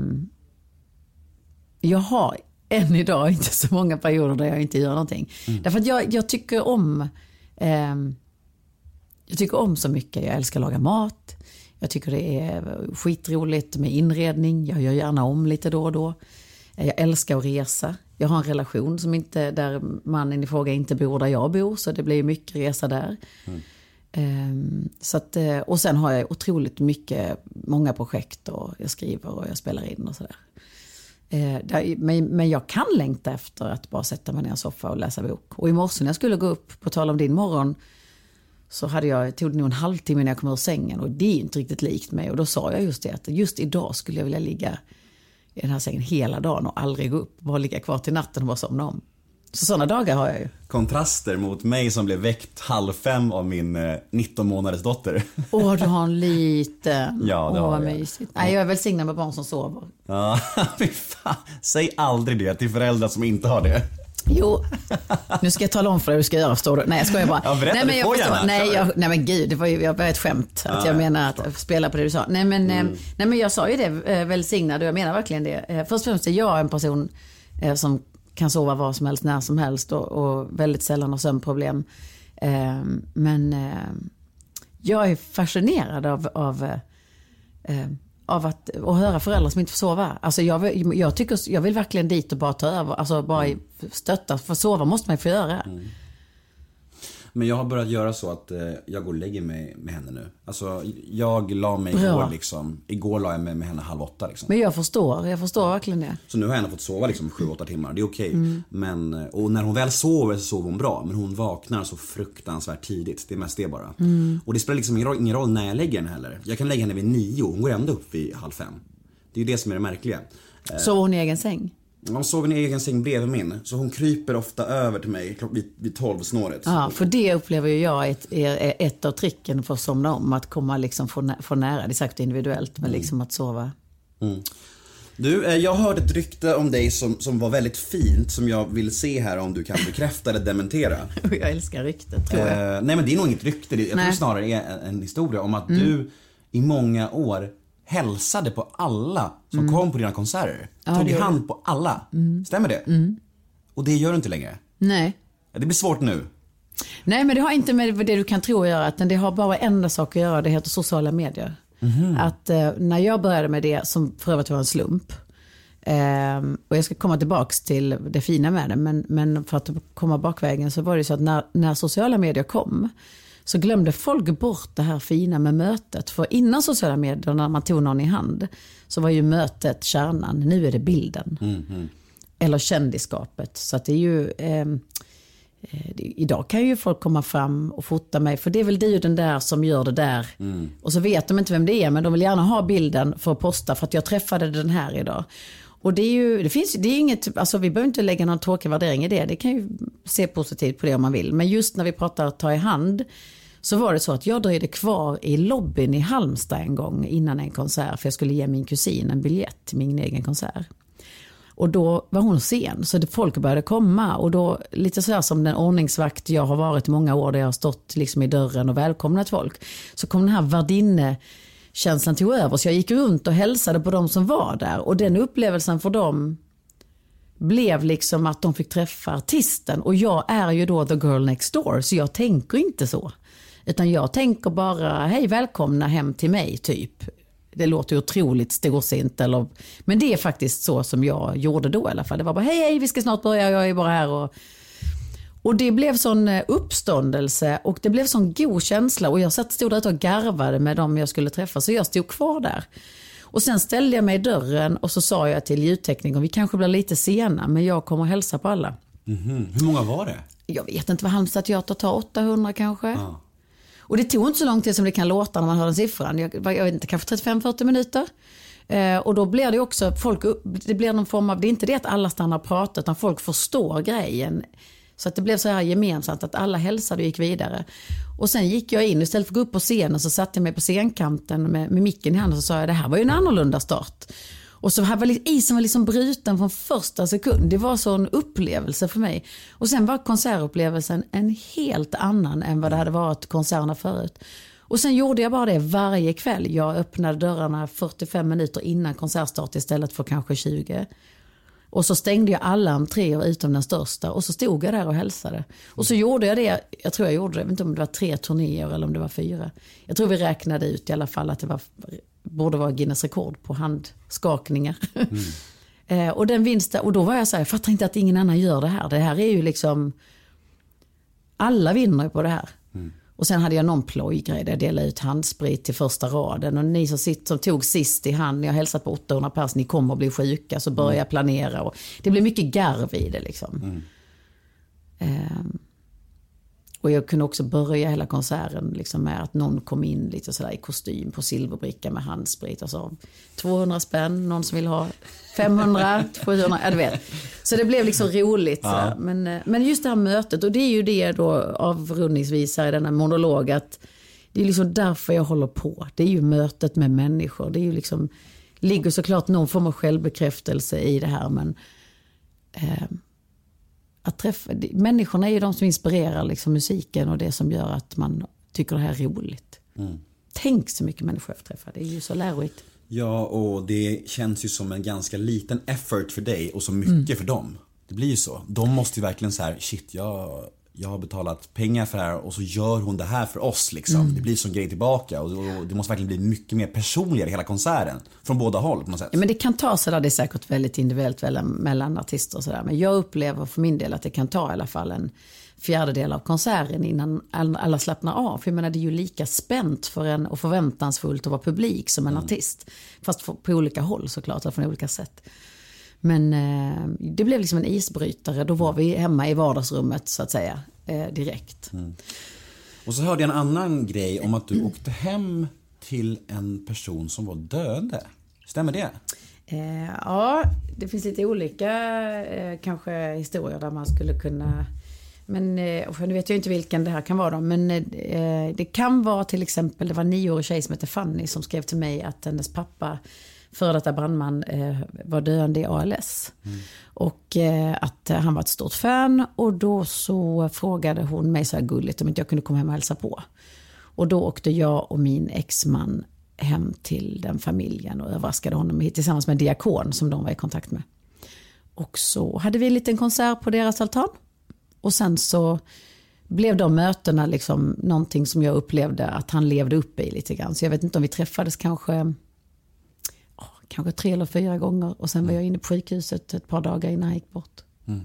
jag har än idag inte så många perioder där jag inte gör någonting. Mm. Därför att jag, jag tycker om eh, jag tycker om så mycket. Jag älskar att laga mat. Jag tycker det är skitroligt med inredning. Jag gör gärna om lite då och då. Jag älskar att resa. Jag har en relation som inte, där mannen i fråga inte bor där jag bor. Så det blir mycket resa där. Mm. Um, så att, och sen har jag otroligt mycket, många projekt. Och jag skriver och jag spelar in och sådär. Uh, där, men, men jag kan längta efter att bara sätta mig ner i en soffa och läsa bok. Och i morse när jag skulle gå upp, på tal om din morgon, så hade jag, tog det nog en halvtimme när jag kom ur sängen. Och det är inte riktigt likt mig. Och då sa jag just det, att just idag skulle jag vilja ligga i den här sängen hela dagen och aldrig gå upp. Bara ligga kvar till natten och bara somna om. Så sådana dagar har jag ju. Kontraster mot mig som blev väckt halv fem av min eh, nitton månaders dotter. Åh, du har en liten. Ja, det Åh, har vad jag. mysigt. Nej, jag är välsignad med barn som sover. Ja, fy fan. Säg aldrig det till föräldrar som inte har det. Jo, nu ska jag tala om för dig hur du ska göra, förstår du? Nej, jag skojar bara. Ja, berätta, nej, men jag får förstår, gärna. nej, jag, nej, men gud, det var ju jag var ett skämt. Att ja, jag menar att spela på det du sa. Nej, men, mm. eh, nej, men jag sa ju det, eh, välsignad, och jag menar verkligen det. Eh, först och främst är jag en person eh, som kan sova var som helst, när som helst, och, och väldigt sällan har sömnproblem. Eh, men eh, jag är fascinerad av, av, eh, av att, att höra föräldrar som inte får sova. Alltså jag, vill, jag, tycker, jag vill verkligen dit och bara ta över. Alltså bara mm. stötta. För sova måste man få göra. Mm. Men jag har börjat göra så att eh, jag går och lägger mig med henne nu. Alltså jag la mig Bra. igår liksom. Igår la jag mig med henne halv åtta liksom. Men jag förstår, jag förstår verkligen det. Så nu har jag ändå fått sova liksom sju åtta timmar. Det är okej. Okay. Mm. Men, och när hon väl sover så sover hon bra. Men hon vaknar så fruktansvärt tidigt. Det är mest det bara. Mm. Och det spelar liksom ingen roll, ingen roll när jag lägger henne heller. Jag kan lägga henne vid nio. Hon går ändå upp vid halv fem. Det är ju det som är det märkliga. Så hon i egen säng? Hon sover i en egen säng bredvid min. Så hon kryper ofta över till mig vid, vid tolv-snåret. Ja, för det upplever ju jag ett, är ett av tricken för att somna om. Att komma liksom få, nä- få nära. Det är sagt individuellt, men liksom att sova. Mm. Du, jag hörde ett rykte om dig som, som var väldigt fint. Som jag vill se här om du kan bekräfta eller dementera. Jag älskar ryktet, tror jag. Eh, nej, men det är nog inget rykte. Jag nej. tror snarare är en, en historia om att mm. du i många år hälsade på alla som mm. kom på dina konserter. Ja, tog i hand på alla. Mm. Stämmer det? Mm. Och det gör du inte längre? Nej. Det blir svårt nu. Nej, men det har inte med det du kan tro att göra. Utan det har bara en sak att göra. Det heter sociala medier. Mm. Att eh, när jag började med det, som för övrigt var en slump. Eh, och jag ska komma tillbaks till det fina med det. Men, men för att komma bakvägen så var det så att när, när sociala medier kom, så glömde folk bort det här fina med mötet. För innan sociala medier, när man tog någon i hand, så var ju mötet kärnan. Nu är det bilden. Mm, mm. Eller kändisskapet. Så att det är ju... Eh, det, idag kan ju folk komma fram och fota mig. För det är väl du den där som gör det där. Mm. Och så vet de inte vem det är. Men de vill gärna ha bilden för att posta. För att jag träffade den här idag. Och det är ju, det finns, det är inget, alltså vi behöver inte lägga någon tråkig värdering i det. Det kan ju se positivt på det om man vill. Men just när vi pratar att ta i hand, så var det så att jag dröjde kvar i lobbyn i Halmstad en gång innan en konsert. För jag skulle ge min kusin en biljett till min egen konsert. Och då var hon sen, så det, folk började komma. Och då, lite så här som den ordningsvakt jag har varit i många år, där jag har stått liksom i dörren och välkomnat folk, så kom den här värdinne känslan tog över. Så jag gick runt och hälsade på dem som var där. Och den upplevelsen för dem blev liksom att de fick träffa artisten. Och jag är ju då the girl next door. Så jag tänker inte så. Utan jag tänker bara, hej, välkomna hem till mig typ. Det låter ju otroligt storsint. Eller, men det är faktiskt så som jag gjorde då i alla fall. Det var bara, hej, hej, vi ska snart börja, jag är bara här. Och, och det blev sån uppståndelse och det blev sån god känsla. Och jag satt stod där och garvade med dem jag skulle träffa. Så jag stod kvar där. Och sen ställde jag mig i dörren och så sa jag till ljudteknikern, vi kanske blir lite sena, men jag kommer hälsa på alla. Mm-hmm. Hur många var det? Jag vet inte vad Halmstad teater tar, åttahundra kanske. Ah. Och det tog inte så lång tid som det kan låta när man hör den siffran. Jag, jag vet inte, kanske trettiofem till fyrtio minuter. Eh, och då blir det också, folk, det blir någon form av, det är inte det att alla stannar och pratar, utan folk förstår grejen. Så att det blev så här gemensamt att alla hälsade och gick vidare. Och sen gick jag in, istället för att gå upp på scenen så satte jag mig på scenkanten med, med micken i handen och så sa jag, det här var ju en annorlunda start. Och så här var isen var liksom bruten från första sekund. Det var så en upplevelse för mig. Och sen var konsertupplevelsen en helt annan än vad det hade varit konserterna förut. Och sen gjorde jag bara det varje kväll. Jag öppnade dörrarna fyrtiofem minuter innan konsertstart istället för kanske tjugo. Och så stängde jag alla entréer utom den största. Och så stod jag där och hälsade. Och så gjorde jag det, jag tror jag gjorde det, jag vet inte om det var tre turnéer eller om det var fyra. Jag tror vi räknade ut i alla fall att det var, borde vara Guinness rekord på handskakningar. Mm. eh, och den vinsten, och då var jag så här, jag fattar inte att ingen annan gör det här. Det här är ju liksom, alla vinner på det här. Mm. Och sen hade jag någon plojgrej där jag delade ut handsprit till första raden. Och ni som, sitt, som tog sist i hand, jag hälsat på åttahundra pers, ni kommer att bli sjuka, så började jag planera. Och det blev mycket garv i det liksom. Mm. Um, och jag kunde också börja hela konserten liksom med att någon kom in lite sådär i kostym på silverbricka med handsprit och så. tvåhundra spänn, någon som vill ha femhundra, sjuhundra, ja du vet. Så det blev liksom roligt. Ja. Men, men just det här mötet, och det är ju det då avrundningsvis här i denna monolog, att det är liksom därför jag håller på. Det är ju mötet med människor. Det är ju liksom, ligger såklart någon form av självbekräftelse i det här, men eh, att träffa, människorna är ju de som inspirerar liksom musiken och det som gör att man tycker det här är roligt. Mm. Tänk så mycket människor jag träffar, det är ju så lärorikt. Ja, och det känns ju som en ganska liten effort för dig och så mycket mm. för dem. Det blir ju så. De måste ju verkligen så här, shit, jag, jag har betalat pengar för det här och så gör hon det här för oss liksom. Mm. Det blir som grej tillbaka och, och det måste verkligen bli mycket mer personligare hela konserten. Från båda håll på något sätt. Ja, men det kan ta sådär, det är säkert väldigt individuellt mellan artister och sådär. Men jag upplever för min del att det kan ta i alla fall en fjärdedel av konserten innan alla slappnar av. För jag menar, det är ju lika spänt för en och förväntansfullt att vara publik som en mm. artist. Fast på olika håll såklart, och från olika sätt. Men eh, det blev liksom en isbrytare. Då var vi hemma i vardagsrummet så att säga, eh, direkt. Mm. Och så hörde jag en annan grej om att du åkte hem till en person som var död. Stämmer det? Eh, ja, det finns lite olika eh, kanske historier där man skulle kunna... Men eh, nu vet jag inte vilken det här kan vara då, men eh, det kan vara till exempel, det var en nioårig tjej som heter Fanny som skrev till mig att hennes pappa, före detta brandman, eh, var döende i A L S. Mm. Och eh, att eh, han var ett stort fan, och då så frågade hon mig så här gulligt om inte jag kunde komma hem och hälsa på. Och då åkte jag och min exman hem till den familjen och överraskade honom tillsammans med en diakon som de var i kontakt med. Och så hade vi en liten konsert på deras altan. Och sen så blev de mötena liksom någonting som jag upplevde att han levde upp i lite grann. Så jag vet inte om vi träffades kanske, åh, kanske tre eller fyra gånger. Och sen mm. var jag inne på sjukhuset ett par dagar innan han gick bort. Mm.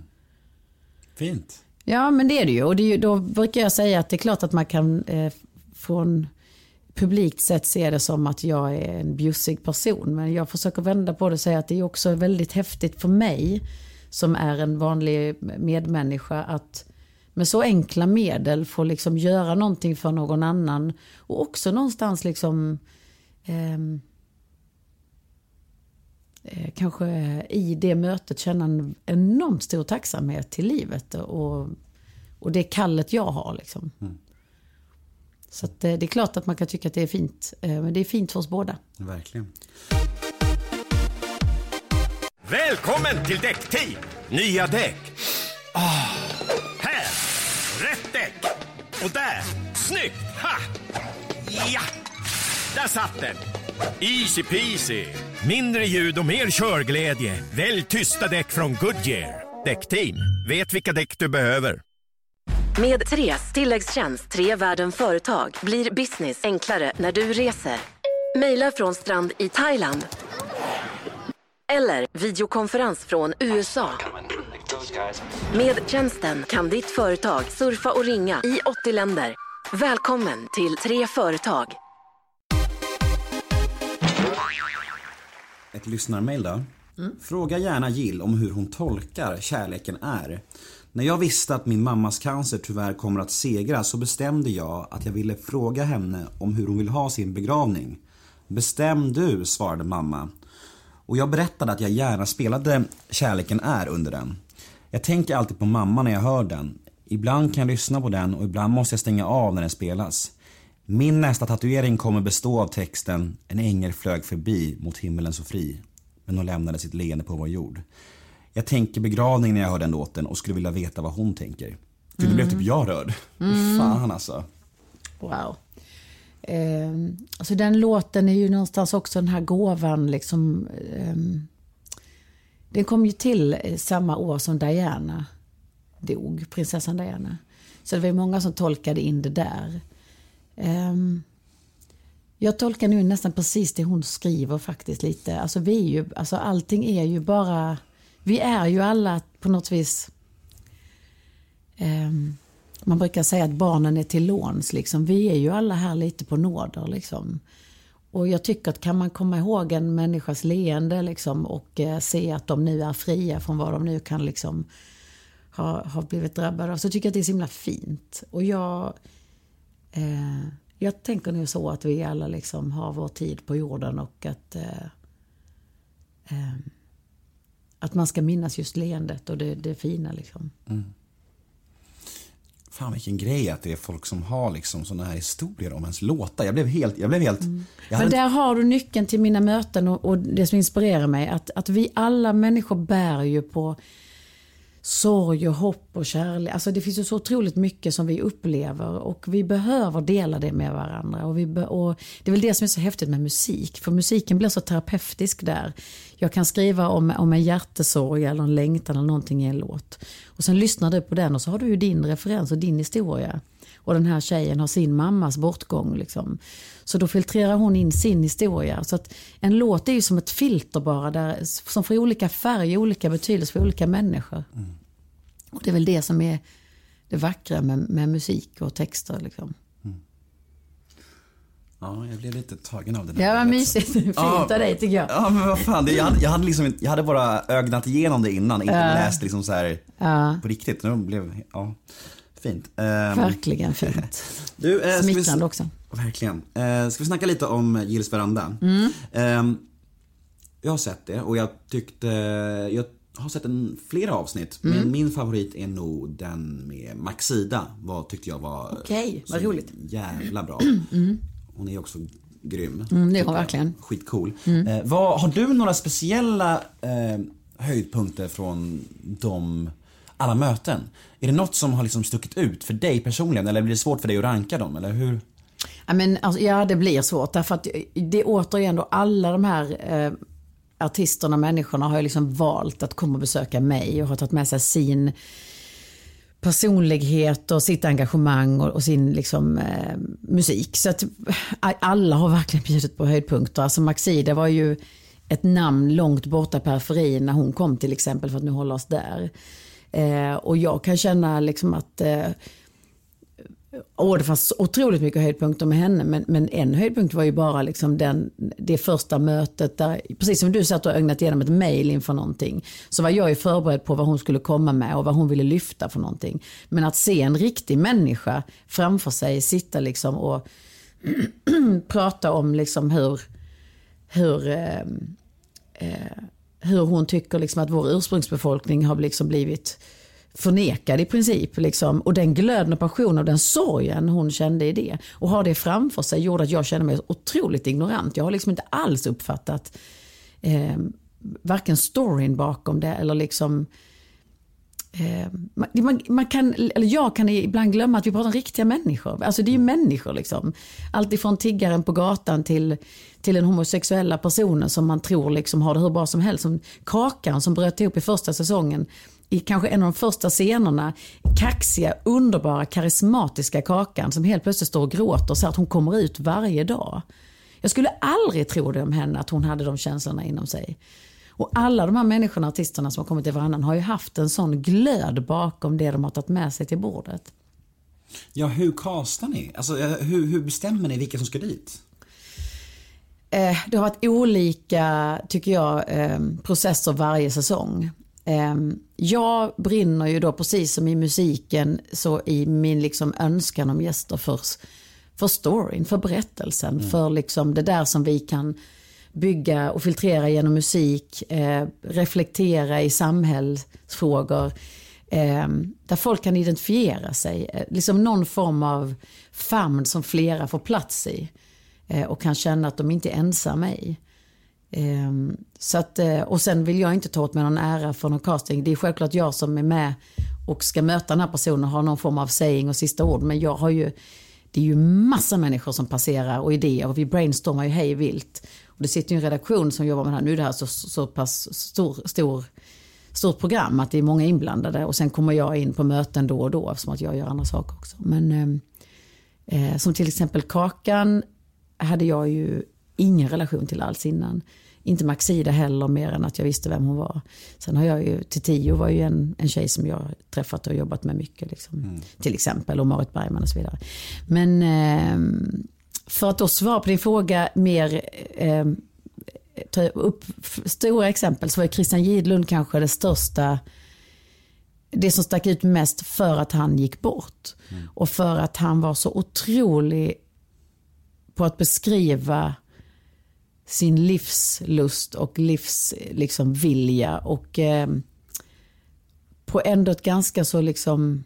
Fint. Ja, men det är det ju. Och det är ju, då brukar jag säga att det är klart att man kan eh, från publikt sett se det som att jag är en bjussig person. Men jag försöker vända på det och säga att det är också väldigt häftigt för mig som är en vanlig medmänniska att med så enkla medel få liksom göra någonting för någon annan. Och också någonstans liksom eh, eh, kanske i det mötet känna en enormt stor tacksamhet till livet och, och det kallet jag har liksom. Mm. Så att, eh, det är klart att man kan tycka att det är fint, eh, men det är fint för oss båda. Verkligen. Välkommen till Däckteam! Nya däck. Ah, här! Rätt däck! Och där! Snyggt! Ha! Ja! Där satt den! Easy peasy! Mindre ljud och mer körglädje. Välj tysta däck från Goodyear. Däckteam. Vet vilka däck du behöver. Med Tres tilläggstjänst Tre världen företag blir business enklare när du reser. Maila från strand i Thailand. Eller videokonferens från U S A. Med tjänsten kan ditt företag surfa och ringa i åttio länder. Välkommen till Tre företag. Ett lyssnarmail då. Mm. Fråga gärna Jill om hur hon tolkar kärleken är. När jag visste att min mammas cancer tyvärr kommer att segra så bestämde jag att jag ville fråga henne om hur hon vill ha sin begravning. Bestäm du, svarade mamma. Och jag berättade att jag gärna spelade Kärleken är under den. Jag tänker alltid på mamma när jag hör den. Ibland kan jag lyssna på den och ibland måste jag stänga av när den spelas. Min nästa tatuering kommer bestå av texten: en ängel flög förbi mot himmelen så fri, men hon lämnade sitt leende på vår jord. Jag tänker begravning när jag hör den låten och skulle vilja veta vad hon tänker. För mm. det blev typ jag rörd. Mm. Fan alltså. Wow. Eh, alltså den låten är ju någonstans också den här gåvan liksom. Eh, den kom ju till samma år som Diana dog, prinsessan Diana. Så det var ju många som tolkade in det där. Eh, jag tolkar nu nästan precis det hon skriver faktiskt lite. Alltså vi är ju, alltså allting är ju bara, vi är ju alla på något vis. Eh, Man brukar säga att barnen är till låns. Liksom. Vi är ju alla här lite på nåder. Liksom. Och jag tycker att kan man komma ihåg en människas leende liksom, och eh, se att de nu är fria från vad de nu kan liksom, ha, ha blivit drabbade av, så tycker jag att det är så himla fint. Och jag, eh, jag tänker nu så att vi alla liksom, har vår tid på jorden och att, eh, eh, att man ska minnas just leendet och det, det fina. Liksom. Mm. Fan vilken grej att det är folk som har liksom såna här historier om ens låtar. Jag blev helt... Jag blev helt mm. jag Men där har du nyckeln till mina möten och, och det som inspirerar mig. Att, att vi alla människor bär ju på sorg och hopp och kärlek. Alltså det finns ju så otroligt mycket som vi upplever och vi behöver dela det med varandra. Och, vi be- och det är väl det som är så häftigt med musik. För musiken blir så terapeutisk där. Jag kan skriva om, om en hjärtesorg eller en längtan eller någonting i en låt. Och sen lyssnar du på den och så har du ju din referens och din historia. Och den här tjejen har sin mammas bortgång liksom. Så då filtrerar hon in sin historia. Så att en låt är ju som ett filter bara där, som får olika färg, olika betydelse för olika människor. Mm. Och det är väl det som är det vackra med, med musik och texter liksom. Mm. Ja, jag blev lite tagen av det där. Ja, vad mysigt. Fint ja, av dig tycker jag. Ja, men vad fan. Det, jag, hade, jag, hade liksom, jag hade bara ögnat igenom det innan. Inte uh. läst liksom så här uh. på riktigt. Nu blev, ja, fint. Um, Verkligen fint. Du, eh, Smickrande vi, också. Verkligen. Eh, ska vi snacka lite om Gills veranda? Mm. Eh, jag har sett det och jag tyckte... Jag har sett en, flera avsnitt. Mm. Men min favorit är nog den med Maxida. Vad tyckte jag var... Okej, okay, vad roligt. Jävla bra. Mm. Hon är också grym. Mm, det är hon verkligen. Skitcool. Mm. Eh, vad, har du några speciella eh, höjdpunkter från de... alla möten? Är det något som har liksom stuckit ut för dig personligen? Eller blir det svårt för dig att ranka dem? Eller hur? Ja, men, alltså, ja det blir svårt. Därför att det är återigen då alla de här eh, artisterna, människorna har ju liksom valt att komma och besöka mig. Och har tagit med sig sin personlighet och sitt engagemang och, och sin liksom, eh, musik. Så att alla har verkligen bjudit på höjdpunkter. Alltså Maxida var ju ett namn långt borta i periferin när hon kom till exempel, för att nu hålla oss där. Eh, och jag kan känna liksom att eh, åh, det fanns otroligt mycket höjdpunkter med henne, men, men en höjdpunkt var ju bara liksom den, det första mötet där, precis som du satt och ögnat igenom ett mejl inför någonting, så var jag ju förberedd på vad hon skulle komma med och vad hon ville lyfta för någonting. Men att se en riktig människa framför sig sitta liksom och prata om liksom hur hur eh, eh, hur hon tycker liksom att vår ursprungsbefolkning har liksom blivit förnekad i princip. Liksom. Och den glöden och passion och den sorgen hon kände i det. Och har det framför sig gjorde att jag kände mig otroligt ignorant. Jag har liksom inte alls uppfattat eh, varken storyn bakom det eller liksom... Eh, man, man kan, eller jag kan ibland glömma att vi pratar om riktiga människor. Alltså det är ju människor liksom. Allt ifrån tiggaren på gatan till, till den homosexuella personen som man tror liksom har det hur bra som helst. Som Kakan som bröt ihop i första säsongen. I kanske en av de första scenerna, kaxiga, underbara, karismatiska Kakan som helt plötsligt står och gråter och säger att hon kommer ut varje dag. Jag skulle aldrig tro det om henne, att hon hade de känslorna inom sig. Och alla de här människorna, artisterna som har kommit till varannan har ju haft en sån glöd bakom det de har tagit med sig till bordet. Ja, hur kastar ni? Alltså, hur, hur bestämmer ni vilka som ska dit? Eh, det har varit olika, tycker jag, eh, processer varje säsong. Jag brinner ju då precis som i musiken så i min liksom önskan om gäster för, för storyn, för berättelsen, mm. för liksom det där som vi kan bygga och filtrera genom musik, eh, reflektera i samhällsfrågor eh, där folk kan identifiera sig. Eh, liksom någon form av famn som flera får plats i eh, och kan känna att de inte är ensamma i. Eh, så att, eh, och sen vill jag inte ta åt mig någon ära för någon casting. Det är självklart jag som är med och ska möta den här personen och ha någon form av saying och sista ord. Men jag har ju, det är ju massa människor som passerar och idéer och vi brainstormar ju hej vilt. Och det sitter ju en redaktion som jobbar med det här. Nu är det här så, så pass stor, stor, stort program att det är många inblandade. Och sen kommer jag in på möten då och då eftersom att jag gör andra saker också. Men eh, som till exempel Kakan hade jag ju ingen relation till alls innan. Inte Maxida heller mer än att jag visste vem hon var. Sen har jag ju, Tio var ju en, en tjej som jag träffat och jobbat med mycket. Liksom, mm. Till exempel, och Marit Bergman och så vidare. Men eh, för att då svara på din fråga mer, eh, ta upp stora exempel, så var Christian Gidlund kanske det största, det som stack ut mest för att han gick bort. Mm. Och för att han var så otrolig på att beskriva sin livslust och livs liksom vilja och eh, på ändå ett ganska så liksom,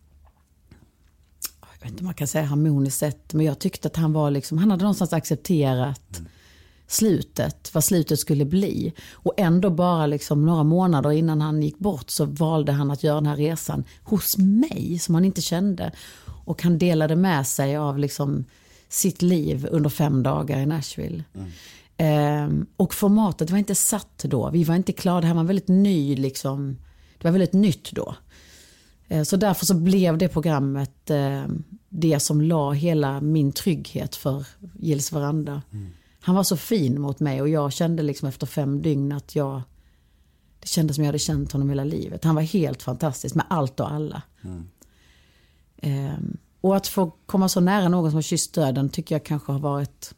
jag vet inte om man kan säga harmoniskt sätt, men jag tyckte att han var liksom, han hade någonstans accepterat mm. slutet, vad slutet skulle bli, och ändå bara liksom några månader innan han gick bort så valde han att göra den här resan hos mig som han inte kände, och han delade med sig av liksom sitt liv under fem dagar i Nashville. Mm. Um, och formatet var inte satt då. Vi var inte klara. Det här var väldigt ny liksom. Det var väldigt nytt då. Uh, så därför så blev det programmet uh, det som la hela min trygghet för Gills veranda. Mm. Han var så fin mot mig och jag kände liksom efter fem dygn att jag, det kändes som jag hade känt honom hela livet. Han var helt fantastisk med allt och alla. Mm. Um, och att få komma så nära någon som har kysst döden tycker jag kanske har varit,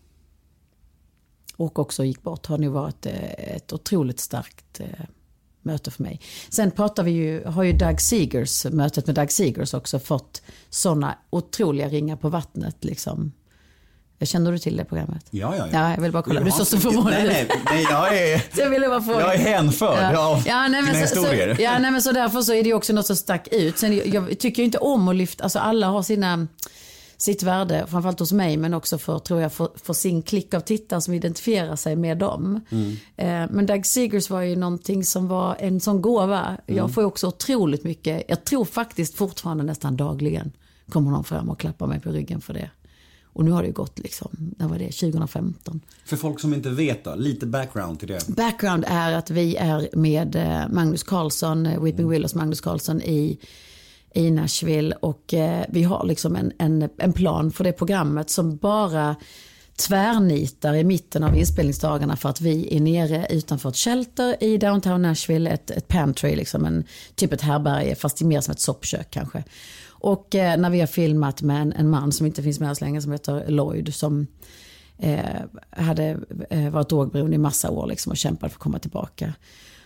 och också gick bort, har nu varit ett otroligt starkt eh, möte för mig. Sen pratar vi ju, har ju Doug Seegers, mötet med Doug Seegers också fått sådana otroliga ringar på vattnet liksom. Känner du till det programmet? Ja, ja, ja. Ja, jag vill bara kolla. Du så så förvånad. Nej, nej, nej, jag är, så jag ville bara fråga. Jag är hänförd ja. av ja, nej, men dina så, historier. Så, ja, nej, men så därför så är det ju också något som stack ut. Sen, jag, jag tycker inte om att lyfta, alltså alla har sina, sitt värde, framförallt hos mig, men också för, tror jag, för, för sin klick av tittare som identifierar sig med dem. Mm. Eh, men Doug Seegers var ju någonting som var en sån gåva. Mm. Jag får ju också otroligt mycket, jag tror faktiskt fortfarande nästan dagligen kommer någon fram och klappar mig på ryggen för det. Och nu har det ju gått liksom, när var det, tjugo femton. För folk som inte vet då, lite background till det. Background är att vi är med Magnus Carlsson, Weeping Willows Magnus Carlsson i, i Nashville. Och eh, vi har liksom en, en, en plan för det programmet som bara tvärnitar i mitten av inspelningsdagarna för att vi är nere utanför ett shelter i downtown Nashville, ett, ett pantry, liksom en, typ ett härberge, fast det är mer som ett soppkök kanske. Och eh, när vi har filmat med en, en man som inte finns med oss längre som heter Lloyd, som eh, hade eh, varit drogberoende i massa år liksom, och kämpade för att komma tillbaka.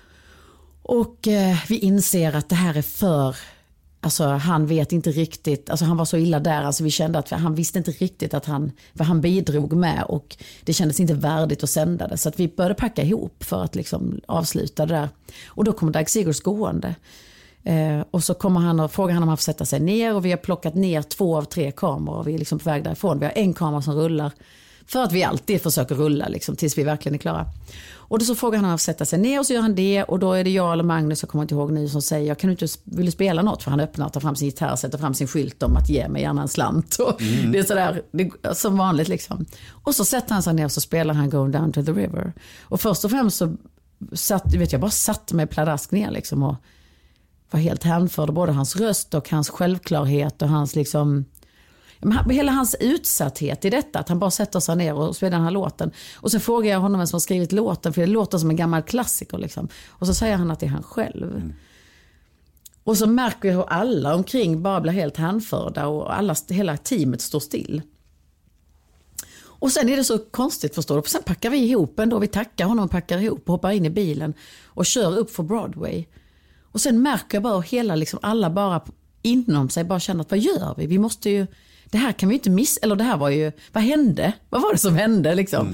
Och eh, vi inser att det här är för, alltså han vet inte riktigt, alltså han var så illa där, alltså vi kände att han visste inte riktigt att han, vad han bidrog med, och det kändes inte värdigt att sända det, så att vi började packa ihop för att liksom avsluta det där. Och då kommer Doug Seegers gående. Eh, och så kommer han och frågar han om han får sätta sig ner, och vi har plockat ner två av tre kameror och vi är liksom på väg därifrån. Vi har en kamera som rullar för att vi alltid försöker rulla liksom, tills vi verkligen är klara. Och då så frågar han om han får sätta sig ner, och så gör han det, och då är det jag eller Magnus, jag kommer inte ihåg nu, som säger, jag kan inte, vill du spela något? För han öppnar och tar fram sin gitarr, sätter fram sin skylt om att ge mig gärna en slant. Och mm. Det är sådär, det, som vanligt liksom. Och så sätter han sig ner och så spelar han Going Down to the River. Och först och främst så satt, vet jag bara satt mig pladask ner liksom, och var helt hänförd, både hans röst och hans självklarhet och hans liksom, hela hans utsatthet i detta, att han bara sätter sig ner och spelar den här låten. Och så frågar jag honom vem som har skrivit låten, för det låter som en gammal klassiker liksom. Och så säger han att det är han själv. Mm. Och så märker jag hur alla omkring bara blir helt hänförda, och alla, hela teamet står still. Och sen är det så konstigt, förstår du. Och sen packar vi ihop ändå, vi tackar honom och packar ihop och hoppar in i bilen och kör upp för Broadway. Och sen märker jag bara hela, liksom, alla bara inom sig bara känner att vad gör vi? Vi måste ju, det här kan vi inte missa, eller det här var ju, vad hände? Vad var det som hände liksom? Mm.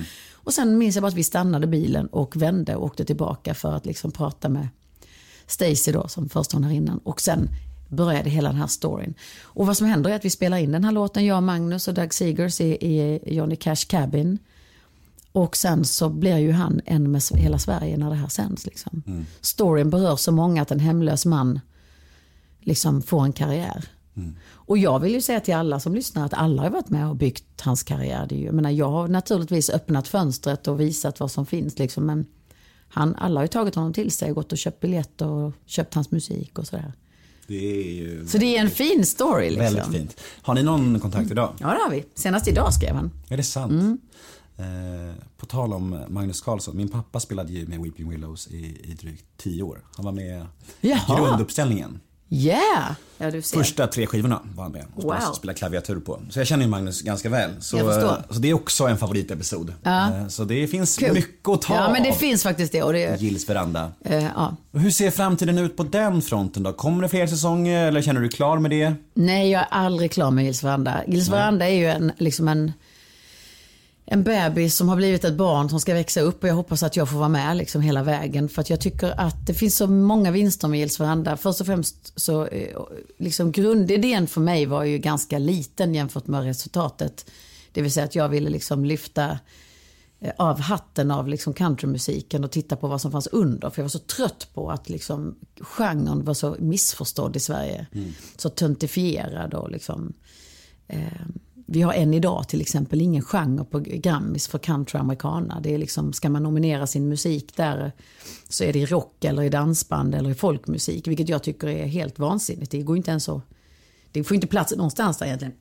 Och sen minns jag bara att vi stannade bilen och vände och åkte tillbaka för att liksom prata med Stacey då som först hon här innan. Och sen började hela den här storyn. Och vad som händer är att vi spelar in den här låten, jag, Magnus och Doug Seegers i, i Johnny Cash Cabin. Och sen så blir ju han en med hela Sverige när det här sänds. Liksom. Mm. Storyn berör så många att en hemlös man liksom får en karriär. Mm. Och jag vill ju säga till alla som lyssnar att alla har varit med och byggt hans karriär. Det är ju, jag menar, jag har naturligtvis öppnat fönstret och visat vad som finns. Liksom, men han, alla har ju tagit honom till sig och gått och köpt biljetter och köpt hans musik och sådär. Det är ju så det är en fin story. Liksom. Väldigt fint. Har ni någon kontakt idag? Ja, det har vi. Senast idag skrev han. Är det sant? Mm. Eh, på tal om Magnus Carlsson. Min pappa spelade ju med Weeping Willows i, i drygt tio år. Han var med i grunduppställningen. Yeah. Ja, du ser. Första tre skivorna var han med och wow. spelade klaviatur på. Så jag känner ju Magnus ganska väl. Så, jag förstår. så det är också en favoritepisod. Ja. Så det finns Kul. mycket att ta Ja, men det av. finns faktiskt det. Och det... Gills veranda. Uh, ja. Och hur ser framtiden ut på den fronten då? Kommer det fler säsonger eller känner du dig klar med det? Nej, jag är aldrig klar med Gills veranda. Gills veranda är ju en, liksom en... En bebis som har blivit ett barn som ska växa upp och jag hoppas att jag får vara med liksom hela vägen. För att jag tycker att det finns så många vinster med Gills veranda. Först och främst så liksom grundidén för mig var ju ganska liten jämfört med resultatet. Det vill säga att jag ville liksom lyfta av hatten av liksom countrymusiken och titta på vad som fanns under. För jag var så trött på att liksom genren var så missförstådd i Sverige. Mm. Så töntifierad och liksom... Eh, Vi har än idag till exempel ingen genre på Grammys för country americana. Det är liksom, ska man nominera sin musik där så är det i rock eller i dansband eller i folkmusik. Vilket jag tycker är helt vansinnigt. Det går inte ens så, det får inte plats någonstans där egentligen.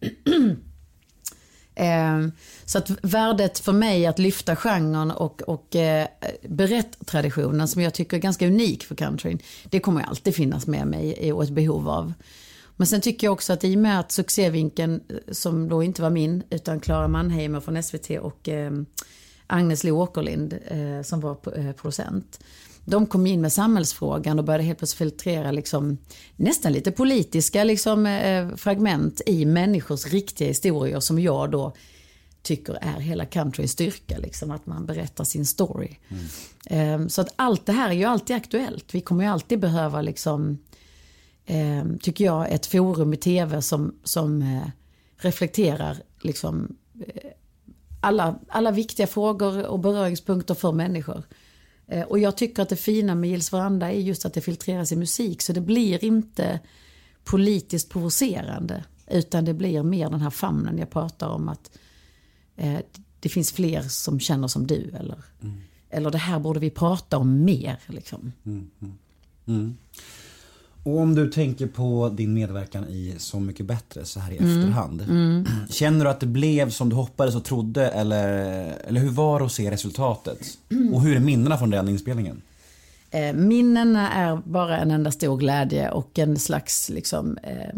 eh, så att värdet för mig att lyfta genren och, och eh, berättartraditionen som jag tycker är ganska unik för countryn. Det kommer alltid finnas med mig och ett behov av. Men sen tycker jag också att i och med att succévinkeln som då inte var min utan Clara Mannheimer från S V T och eh, Agnes Lee Åkerlind eh, som var eh, producent. De kom in med samhällsfrågan och började helt plötsligt filtrera liksom, nästan lite politiska liksom, eh, fragment i människors riktiga historier som jag då tycker är hela countryns styrka. Liksom, att man berättar sin story. Mm. Eh, så att allt det här är ju alltid aktuellt. Vi kommer ju alltid behöva liksom... Eh, tycker jag, ett forum i tv som, som eh, reflekterar liksom, eh, alla, alla viktiga frågor och beröringspunkter för människor. Eh, och jag tycker att det fina med Gills veranda är just att det filtreras i musik så det blir inte politiskt provocerande utan det blir mer den här famnen jag pratar om att eh, det finns fler som känner som du eller, mm. eller det här borde vi prata om mer liksom. Mm, mm. Mm. Och om du tänker på din medverkan i Så mycket bättre så här i mm. efterhand. Mm. Känner du att det blev som du hoppades och trodde eller, eller hur var det att se resultatet? Mm. Och hur är minnena från den inspelningen? Eh, minnena är bara en enda stor glädje och en slags liksom... Eh,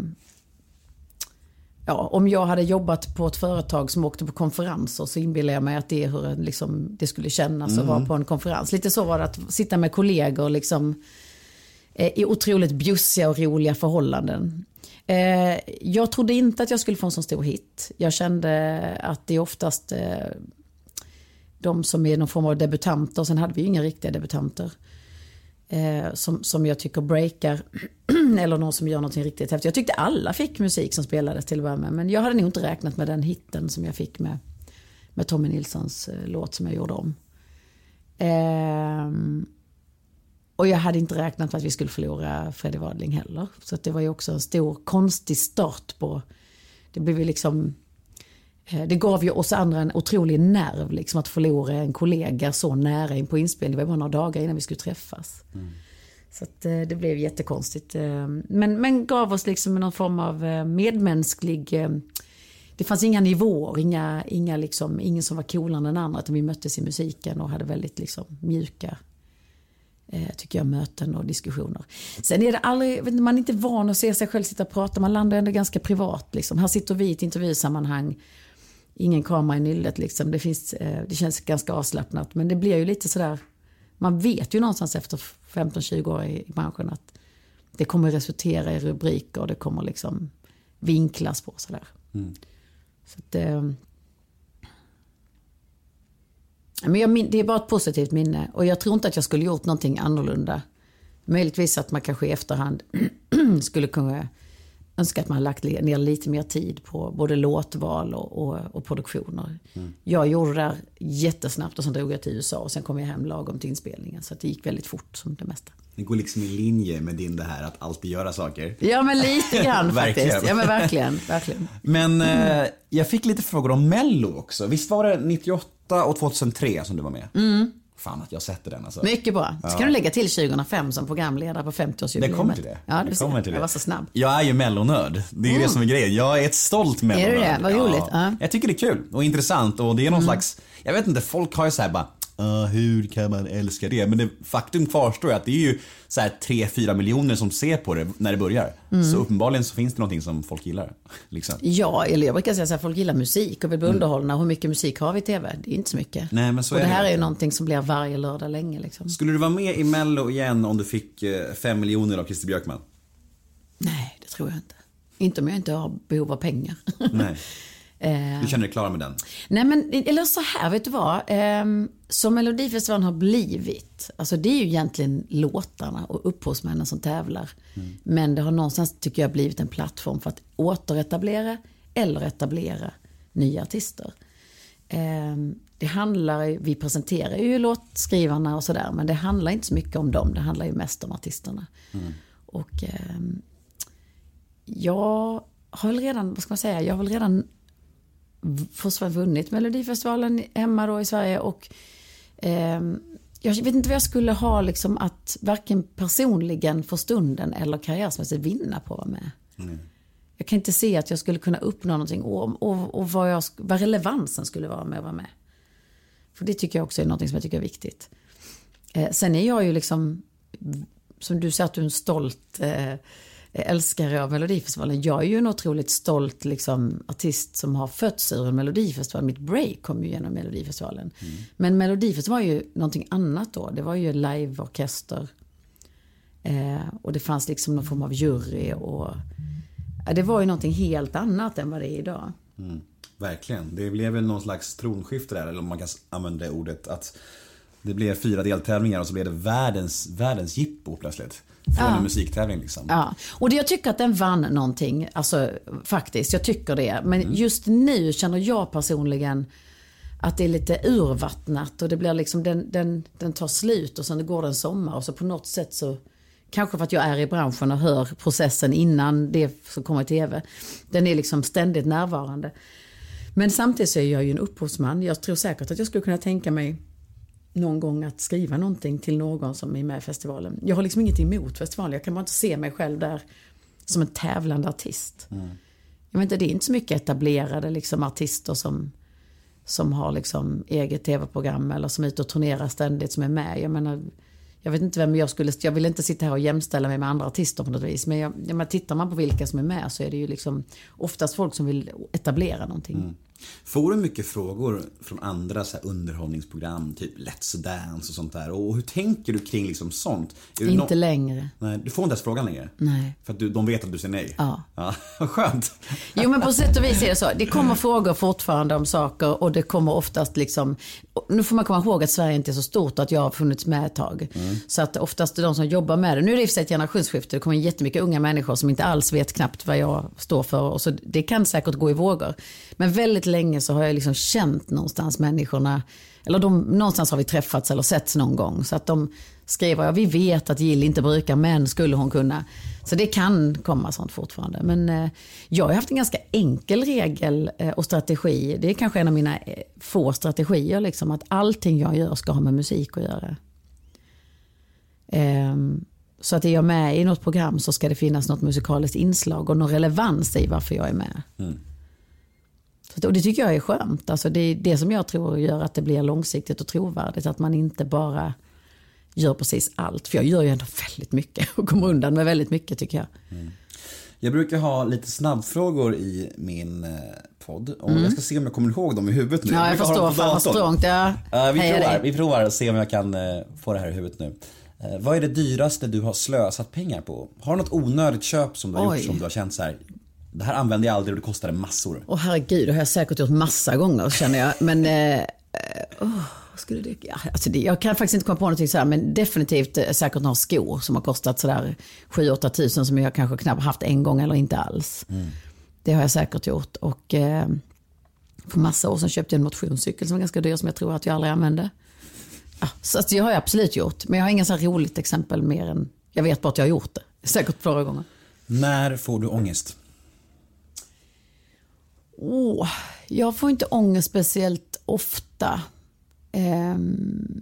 ja, om jag hade jobbat på ett företag som åkte på konferenser så inbillar jag mig att det är hur liksom, det skulle kännas mm. att vara på en konferens. Lite så var det att sitta med kollegor liksom... i otroligt bjussiga och roliga förhållanden. Eh, jag trodde inte att jag skulle få en så stor hit. Jag kände att det är oftast eh, de som är någon form av debutanter. Sen hade vi ju inga riktiga debutanter. Eh, som, som jag tycker breakar. Eller någon som gör något riktigt häftigt. Jag tyckte alla fick musik som spelades till att börja med. Men jag hade nog inte räknat med den hitten som jag fick med, med Tommy Nilssons eh, låt som jag gjorde om. Eh, Och jag hade inte räknat med att vi skulle förlora Freddie Wadling heller. Så att det var ju också en stor konstig start på... Det blev ju liksom... Det gav ju oss andra en otrolig nerv liksom att förlora en kollega så nära in på inspelning. Det var bara några dagar innan vi skulle träffas. Mm. Så att det blev jättekonstigt. Men, men gav oss liksom någon form av medmänsklig... Det fanns inga nivåer, inga, inga liksom, ingen som var coolare än den andra. Utan vi möttes i musiken och hade väldigt liksom mjuka... tycker jag, möten och diskussioner. Sen är det aldrig, man är inte van att se sig själv sitta och prata, man landar ändå ganska privat liksom. Här sitter vi i ett intervjusammanhang, ingen kamera i nyllet liksom. Det, finns, det känns ganska avslappnat, men det blir ju lite sådär, man vet ju någonstans efter femton tjugo år i branschen att det kommer resultera i rubriker och det kommer liksom vinklas på sådär. Mm. Så att, Men jag, det är bara ett positivt minne. Och jag tror inte att jag skulle gjort någonting annorlunda. Möjligtvis att man kanske i efterhand skulle kunna önska att man lagt ner lite mer tid på både låtval och, och, och produktioner. Mm. Jag gjorde det där jättesnabbt och sen drog jag till U S A och sen kom jag hem lagom till inspelningen. Så att det gick väldigt fort som det mesta. Det går liksom i linje med din det här att alltid göra saker. Ja, men lite grann faktiskt. Ja, men verkligen, verkligen. Men eh, jag fick lite frågor om Mello också. Visst var det nittioåtta och tjugohundratre som du var med? Mm. Fan att jag sätter den alltså. Mycket bra. Så ja. Kan du lägga till tjugohundrafem som programledare på femtioårsjubileet. Det kommer till det. Ja, det kommer till det. Jag var så snabb. Jag är ju Mellonörd. Det är ju mm. det som är grejen. Jag är ett stolt Mellonörd. Är du det? Vad roligt. Ja. Ja. Jag tycker det är kul och intressant och det är någon mm. slags, jag vet inte, folk har ju så här bara Uh, hur kan man älska det? Men det faktum kvarstår att det är ju så här tre fyra miljoner som ser på det när det börjar. Mm. Så uppenbarligen så finns det någonting som folk gillar. Liksom. Ja, eller jag brukar säga att folk gillar musik och vill bli mm. underhållna. Hur mycket musik har vi i tv? Det är inte så mycket. Nej, men så och är det här det. är ju någonting som blir varje lördag länge. Liksom. Skulle du vara med i Mello igen om du fick uh, fem miljoner av Christer Björkman? Nej, det tror jag inte. Inte om jag inte har behov av pengar. Nej. Du känner dig klar med den? Nej, men eller så här, vet du vad? Ehm, som Melodifestivalen har blivit, alltså det är ju egentligen låtarna och upphovsmännen som tävlar. Mm. Men det har någonstans, tycker jag, blivit en plattform för att återetablera eller etablera nya artister. Ehm, det handlar, vi presenterar ju låtskrivarna och sådär, men det handlar inte så mycket om dem. Det handlar ju mest om artisterna. Mm. Och ehm, jag har väl redan, vad ska man säga, jag har väl redan för vunnit Melodifestivalen hemma då i Sverige och eh, jag vet inte vad jag skulle ha liksom att varken personligen för stunden eller karriärsmässigt vinna på att vara med. Mm. Jag kan inte se att jag skulle kunna uppnå någonting och, och, och vad, jag, vad relevansen skulle vara med att vara med. För det tycker jag också är någonting som jag tycker är viktigt. Eh, sen är jag ju liksom, som du säger att du är en stolt eh, älskare av Melodifestivalen. Jag är ju en otroligt stolt liksom, artist som har fötts ur en Melodifestival. Mitt break kom ju genom Melodifestivalen. Mm. Men Melodifestivalen var ju någonting annat då. Det var ju liveorkester. Eh, och det fanns liksom någon form av jury. Och, ja, det var ju någonting helt annat än vad det är idag. Mm. Verkligen. Det blev väl någon slags tronskifte där. Eller om man kan använda ordet. Att det blev fyra deltävlingar och så blev det världens, världens jippo plötsligt. Från ja. En musiktävling liksom. Ja, och det, jag tycker att den vann någonting. Alltså faktiskt, jag tycker det. Men mm. just nu känner jag personligen att det är lite urvattnat. Och det blir liksom, den, den, den tar slut och sen går det en sommar. Och så på något sätt så, kanske för att jag är i branschen och hör processen innan det som kommer i tv. Den är liksom ständigt närvarande. Men samtidigt så är jag ju en upphovsman. Jag tror säkert att jag skulle kunna tänka mig någon gång att skriva någonting till någon som är med i festivalen. Jag har liksom inget emot festivalen. Jag kan bara inte se mig själv där som en tävlande artist. Mm. Jag vet inte, det är inte så mycket etablerade liksom artister som, som har liksom eget tv-program eller som är ute och turnerar ständigt som är med. Jag menar, jag vet inte vem jag skulle, jag vill inte sitta här och jämställa mig med andra artister på något vis. Men jag, jag menar, tittar man på vilka som är med så är det ju liksom oftast folk som vill etablera någonting. Mm. Får du mycket frågor från andra så här underhållningsprogram, typ Let's Dance och sånt där? Och hur tänker du kring liksom sånt? Inte no- längre. Nej, du får inte ens frågan längre? Nej. För att du, de vet att du säger nej? Ja. Ja, skönt. Jo, men på sätt och vis är det så. Det kommer frågor fortfarande om saker och det kommer oftast liksom... Nu får man komma ihåg att Sverige inte är så stort och att jag har funnits med ett tag. Mm. Så att oftast är de som jobbar med det. Nu är det i och för sig ett generationsskifte. Det kommer jättemycket unga människor som inte alls vet knappt vad jag står för. Och så det kan säkert gå i vågor. Men väldigt länge så har jag liksom känt någonstans människorna, eller de, någonstans har vi träffats eller setts någon gång, så att de skriver, ja, vi vet att Jill inte brukar, men skulle hon kunna, så det kan komma sånt fortfarande. Men eh, jag har haft en ganska enkel regel eh, och strategi, det är kanske en av mina eh, få strategier liksom, att allting jag gör ska ha med musik att göra. Eh, så att är jag med i något program så ska det finnas något musikaliskt inslag och någon relevans i varför jag är med. Mm. Och det tycker jag är skönt. Alltså det är det som jag tror gör att det blir långsiktigt och trovärdigt. Att man inte bara gör precis allt. För jag gör ju ändå väldigt mycket och kommer undan med väldigt mycket, tycker jag. Mm. Jag brukar ha lite snabbfrågor i min eh, podd. Och mm. jag ska se om jag kommer ihåg dem i huvudet nu. Ja, jag, jag förstår. Fan vad strångt. Ja. Uh, vi, provar, vi provar och se om jag kan uh, få det här i huvudet nu. Uh, vad är det dyraste du har slösat pengar på? Har du något onödigt köp som du har Oj. gjort som du har känt så här... Det här använder jag aldrig och det kostade massor. Åh herregud, det har jag säkert gjort massa gånger, känner jag. Men, eh, oh, Skulle det, ja, alltså det, jag kan faktiskt inte komma på någonting så här, men definitivt eh, säkert några skor som har kostat sådär sju åtta tusen som jag kanske knappt haft en gång eller inte alls. Mm. Det har jag säkert gjort. Och eh, för massa år sedan köpte jag en motionscykel som var ganska dyr som jag tror att jag aldrig använde. Ja, så att det har jag absolut gjort. Men jag har ingen så här roligt exempel mer än, jag vet bara att jag har gjort det. Säkert flera gånger. När får du ångest? Oh, jag får inte ångest speciellt ofta. Um,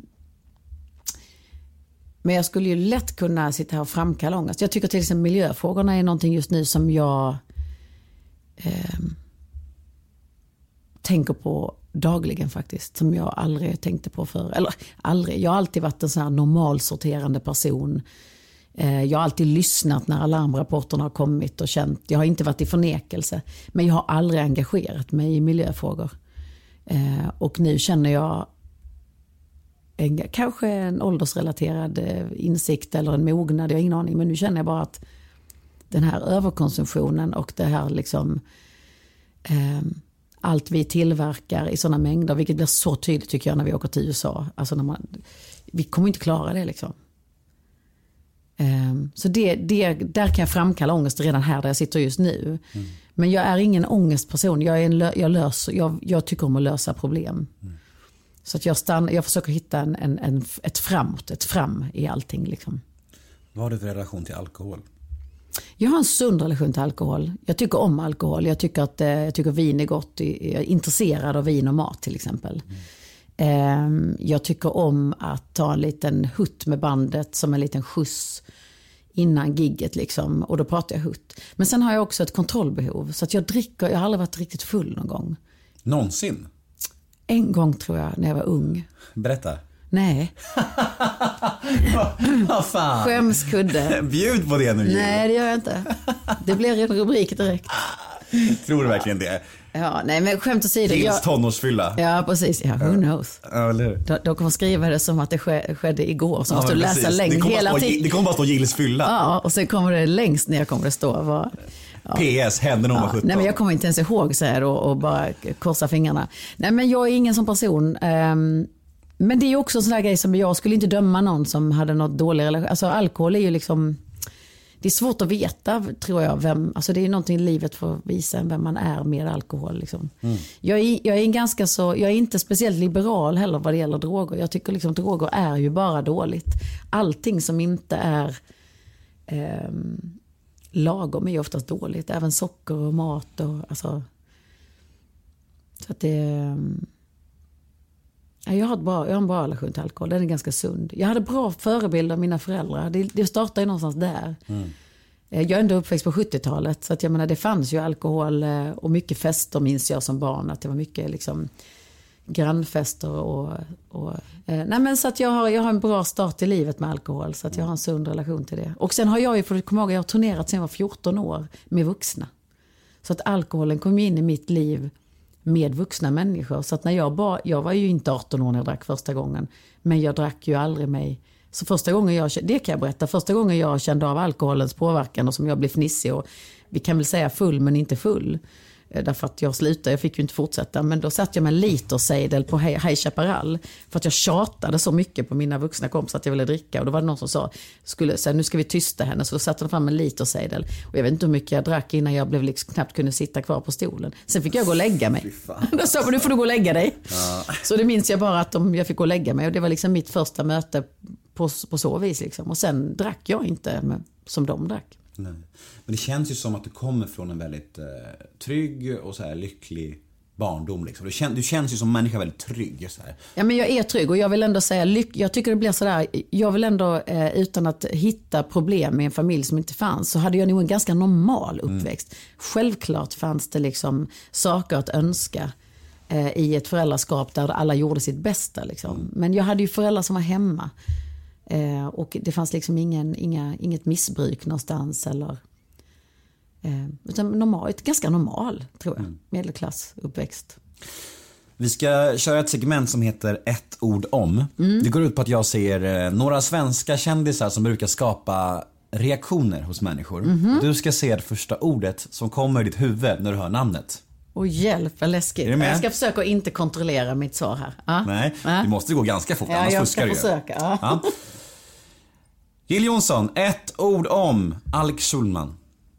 men jag skulle ju lätt kunna sitta här och framkalla ångest. Jag tycker till exempel miljöfrågorna är någonting just nu som jag um, tänker på dagligen faktiskt. Som jag aldrig tänkte på för. Eller aldrig. Jag har alltid varit en sån här normalsorterande person. Uh, jag har alltid lyssnat när alarmrapporterna har kommit och känt. Jag har inte varit i förnekelse. Men jag har aldrig engagerat mig i miljöfrågor. Uh, och nu känner jag en, kanske en åldersrelaterad uh, insikt eller en mognad. Jag har ingen aning. Men nu känner jag bara att den här överkonsumtionen och det här liksom... Uh, allt vi tillverkar i sådana mängder, vilket blir så tydligt tycker jag när vi åker till U S A. Alltså när man, vi kommer inte klara det liksom. Um, så det, det, där kan jag framkalla ångest redan här där jag sitter just nu. Mm. Men jag är ingen ångestperson. Jag, är en, jag, löser, jag, jag tycker om att lösa problem. Mm. Så att jag, stann, jag försöker hitta en, en, en, ett framåt, ett fram i allting. Liksom. Vad har du för relation till alkohol? Jag har en sund relation till alkohol. Jag tycker om alkohol. Jag tycker att jag tycker vin är gott. Jag är intresserad av vin och mat till exempel. Mm. Jag tycker om att ta en liten hutt med bandet som en liten skjuts innan gigget liksom. Och då pratar jag hutt. Men sen har jag också ett kontrollbehov. Så att jag dricker, jag har aldrig varit riktigt full någon gång. Någonsin? En gång tror jag när jag var ung. Berätta. Nej. Vad fan? Skämskudde. Bjud på det nu. Nej, det gör jag inte. Det blir en rubrik direkt. Tror du verkligen det? Ja, nej men skämt åsido. Gills tonårsfylla. Ja, precis. Ja, who knows? Ja, eller? Då, då kommer skriva det som att det ske, skedde igår. Så ja, måste du läsa längst hela tiden. Det kommer bara stå Gills fylla. Ja, och sen kommer det längst ner kommer det stå. Var, ja. P S, hände någon ja, var sjutton. Nej, men jag kommer inte ens ihåg så här och, och bara korsa fingrarna. Nej, men jag är ingen sån person. Um, Men det är ju också en sån där grej som jag skulle inte döma någon som hade något dålig relation. Alltså alkohol är ju liksom, det är svårt att veta tror jag vem, alltså det är någonting i livet för att visa vem man är med alkohol liksom. Mm. Jag är, jag är en ganska så, jag är inte speciellt liberal heller vad det gäller droger. Jag tycker liksom droger är ju bara dåligt. Allting som inte är eh, lagom är ju oftast dåligt. Även socker och mat och alltså, så att det Jag har, ett bra, jag har en bra relation till alkohol. Den är ganska sund. Jag hade bra förebilder av mina föräldrar. Det, det startade ju någonstans där. Mm. Jag är ändå uppväxt på sjuttiotalet. Så att jag menar, det fanns ju alkohol och mycket fester minns jag som barn. Att det var mycket liksom grannfester. Och, och, eh, nej men så att jag har, jag har en bra start i livet med alkohol. Så att jag har en sund relation till det. Och sen har jag ju, för att komma ihåg, jag har turnerat sedan jag var fjorton år med vuxna. Så att alkoholen kom in i mitt liv med vuxna människor. Så att när jag bara, jag var ju inte arton år när jag drack första gången. Men jag drack ju aldrig mig. Så första gången jag, det kan jag berätta, första gången jag kände av alkoholens påverkan och som jag blev fnissig och vi kan väl säga full men inte full. Därför att jag slutade, jag fick ju inte fortsätta. Men då satt jag med en litersejdel på High Chaparral. För att jag tjatade så mycket på mina vuxna kompisar att jag ville dricka. Och då var det någon som sa, skulle, så här, nu ska vi tysta henne. Så då satte de fram en litersejdel. Och jag vet inte hur mycket jag drack innan jag blev liksom, knappt kunde sitta kvar på stolen. Sen fick jag gå och lägga mig. Då sa man, nu får du gå och lägga dig. Ja. Så det minns jag bara att de, jag fick gå och lägga mig. Och det var liksom mitt första möte på, på så vis. Liksom. Och sen drack jag inte med, som de drack. Nej. Men det känns ju som att du kommer från en väldigt eh, trygg och så här lycklig barndom liksom. Du, kän, du känns ju som människa väldigt trygg så här. Ja, men jag är trygg och jag vill ändå säga lyck, jag tycker det blir så där, jag vill ändå eh, utan att hitta problem med en familj som inte fanns, så hade jag nog en ganska normal uppväxt. Mm. Självklart fanns det liksom saker att önska eh, i ett föräldraskap där alla gjorde sitt bästa liksom. Mm. Men jag hade ju föräldrar som var hemma. Eh, och det fanns liksom ingen, inga, inget missbruk någonstans eller eh, utan normalt, ganska normal tror jag, mm. medelklass uppväxt. Vi ska köra ett segment som heter ett ord om. Mm. Det går ut på att jag ser eh, några svenska kändisar som brukar skapa reaktioner hos människor. Mm-hmm. Du ska se det första ordet som kommer i ditt huvud när du hör namnet. Och hjälp, vad läskigt. Jag ska försöka att inte kontrollera mitt svar här. Ja. Nej, ja. det måste gå ganska fort, ja, annars jag fuskar ska försöka. Ja. Ja. Jill Johnson, ett ord om Alex Schulman.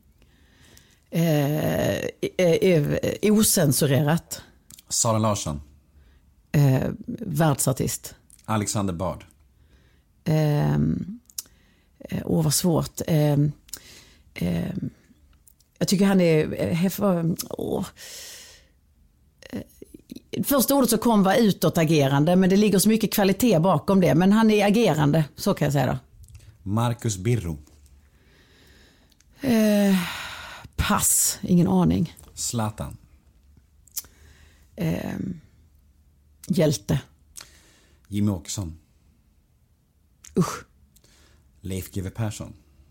Eh, eh, osensurerat. Sara Larsson. Eh, världsartist. Alexander Bard. Eh, eh, åh, vad svårt. Eh, eh, jag tycker han är... Eh, åh. Första ordet så kom var utåtagerande, men det ligger så mycket kvalitet bakom det. Men han är agerande, så kan jag säga då. Marcus Birro. Eh, pass, ingen aning. Zlatan. Eh, hjälte. Jimmy Åkesson. Usch. Leif G W Persson.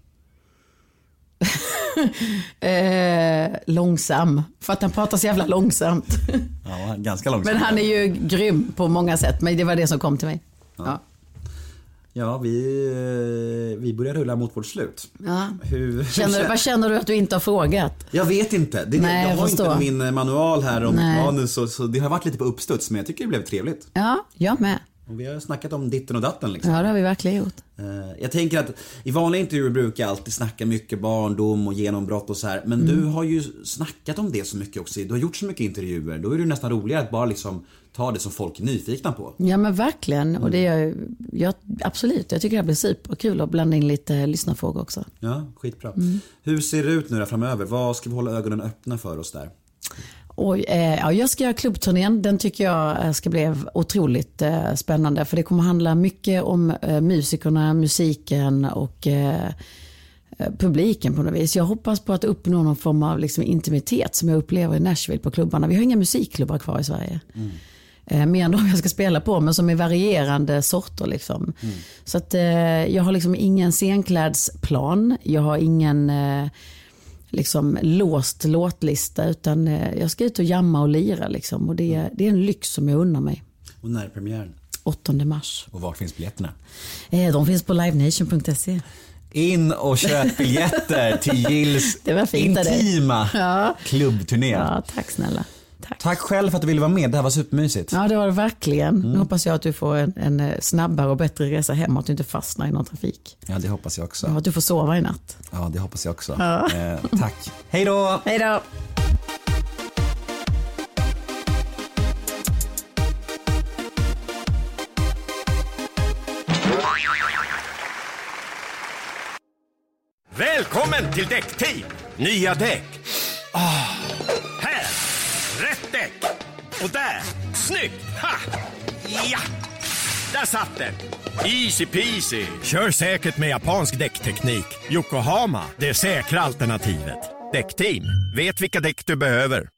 eh, långsam. För att han pratar så jävla långsamt. Ja, ganska långsamt. Men han är ju grym på många sätt. Men det var det som kom till mig. Ja, ja. ja vi, vi börjar rulla mot vårt slut. Ja. Hur, känner, hur, vad känner du att du inte har frågat? Jag vet inte. Det, Nej, jag jag har förstår. inte min manual här om Nej. manus. Så, så det har varit lite på uppstuds. Men jag tycker det blev trevligt. Ja, jag med. Och vi har snackat om ditten och datten liksom. Ja, det har vi verkligen gjort. Jag tänker att i vanliga intervjuer brukar jag alltid snacka mycket barndom och genombrott och så här. Men mm. du har ju snackat om det så mycket också. Du har gjort så mycket intervjuer. Då är det nästan roligare att bara liksom ta det som folk är nyfikna på. Ja, men verkligen. Mm. Och det är jag, absolut. Jag tycker det blir superkul att blanda in lite lyssnarfrågor också. Ja, skitbra. Mm. Hur ser det ut nu då framöver? Vad ska vi hålla ögonen öppna för oss där? Och, eh, ja, jag ska göra klubbturnén. Den tycker jag ska bli otroligt eh, spännande. För det kommer handla mycket om eh, musikerna, musiken och eh, publiken på något vis. Jag hoppas på att uppnå någon form av liksom, intimitet som jag upplever i Nashville på klubbarna. Vi har inga musikklubbar kvar i Sverige. Mm. Eh, mer än de jag ska spela på, men som är varierande sorter. Liksom. Mm. Så att, eh, jag har liksom ingen scenklädsplan. Jag har ingen... Eh, liksom låst låtlista, utan jag ska ut och jamma och lira liksom. Och det, det är en lyx som jag unnar mig. Och när är premiären? åttonde mars. Och var finns biljetterna? Eh, de finns på livenation punkt se. In och köp biljetter till Jills intima ja. klubbturné. Ja, tack snälla. Tack. Tack själv för att du ville vara med. Det här var supermysigt. Ja, det var det verkligen. Mm. Nu hoppas jag att du får en, en snabbare och bättre resa hem och att du inte fastnar i någon trafik. Ja, det hoppas jag också. Ja, att du får sova i natt. Ja, det hoppas jag också. Ja. Eh, tack. Hej då! Hej då! Välkommen till Däckteam! Nya däck. Ah, här! Rätt däck! Och där! Snyggt! Ha! Ja! Där satt den! Easy peasy! Kör säkert med japansk däckteknik. Yokohama, det säkra alternativet. Däckteam, vet vilka däck du behöver.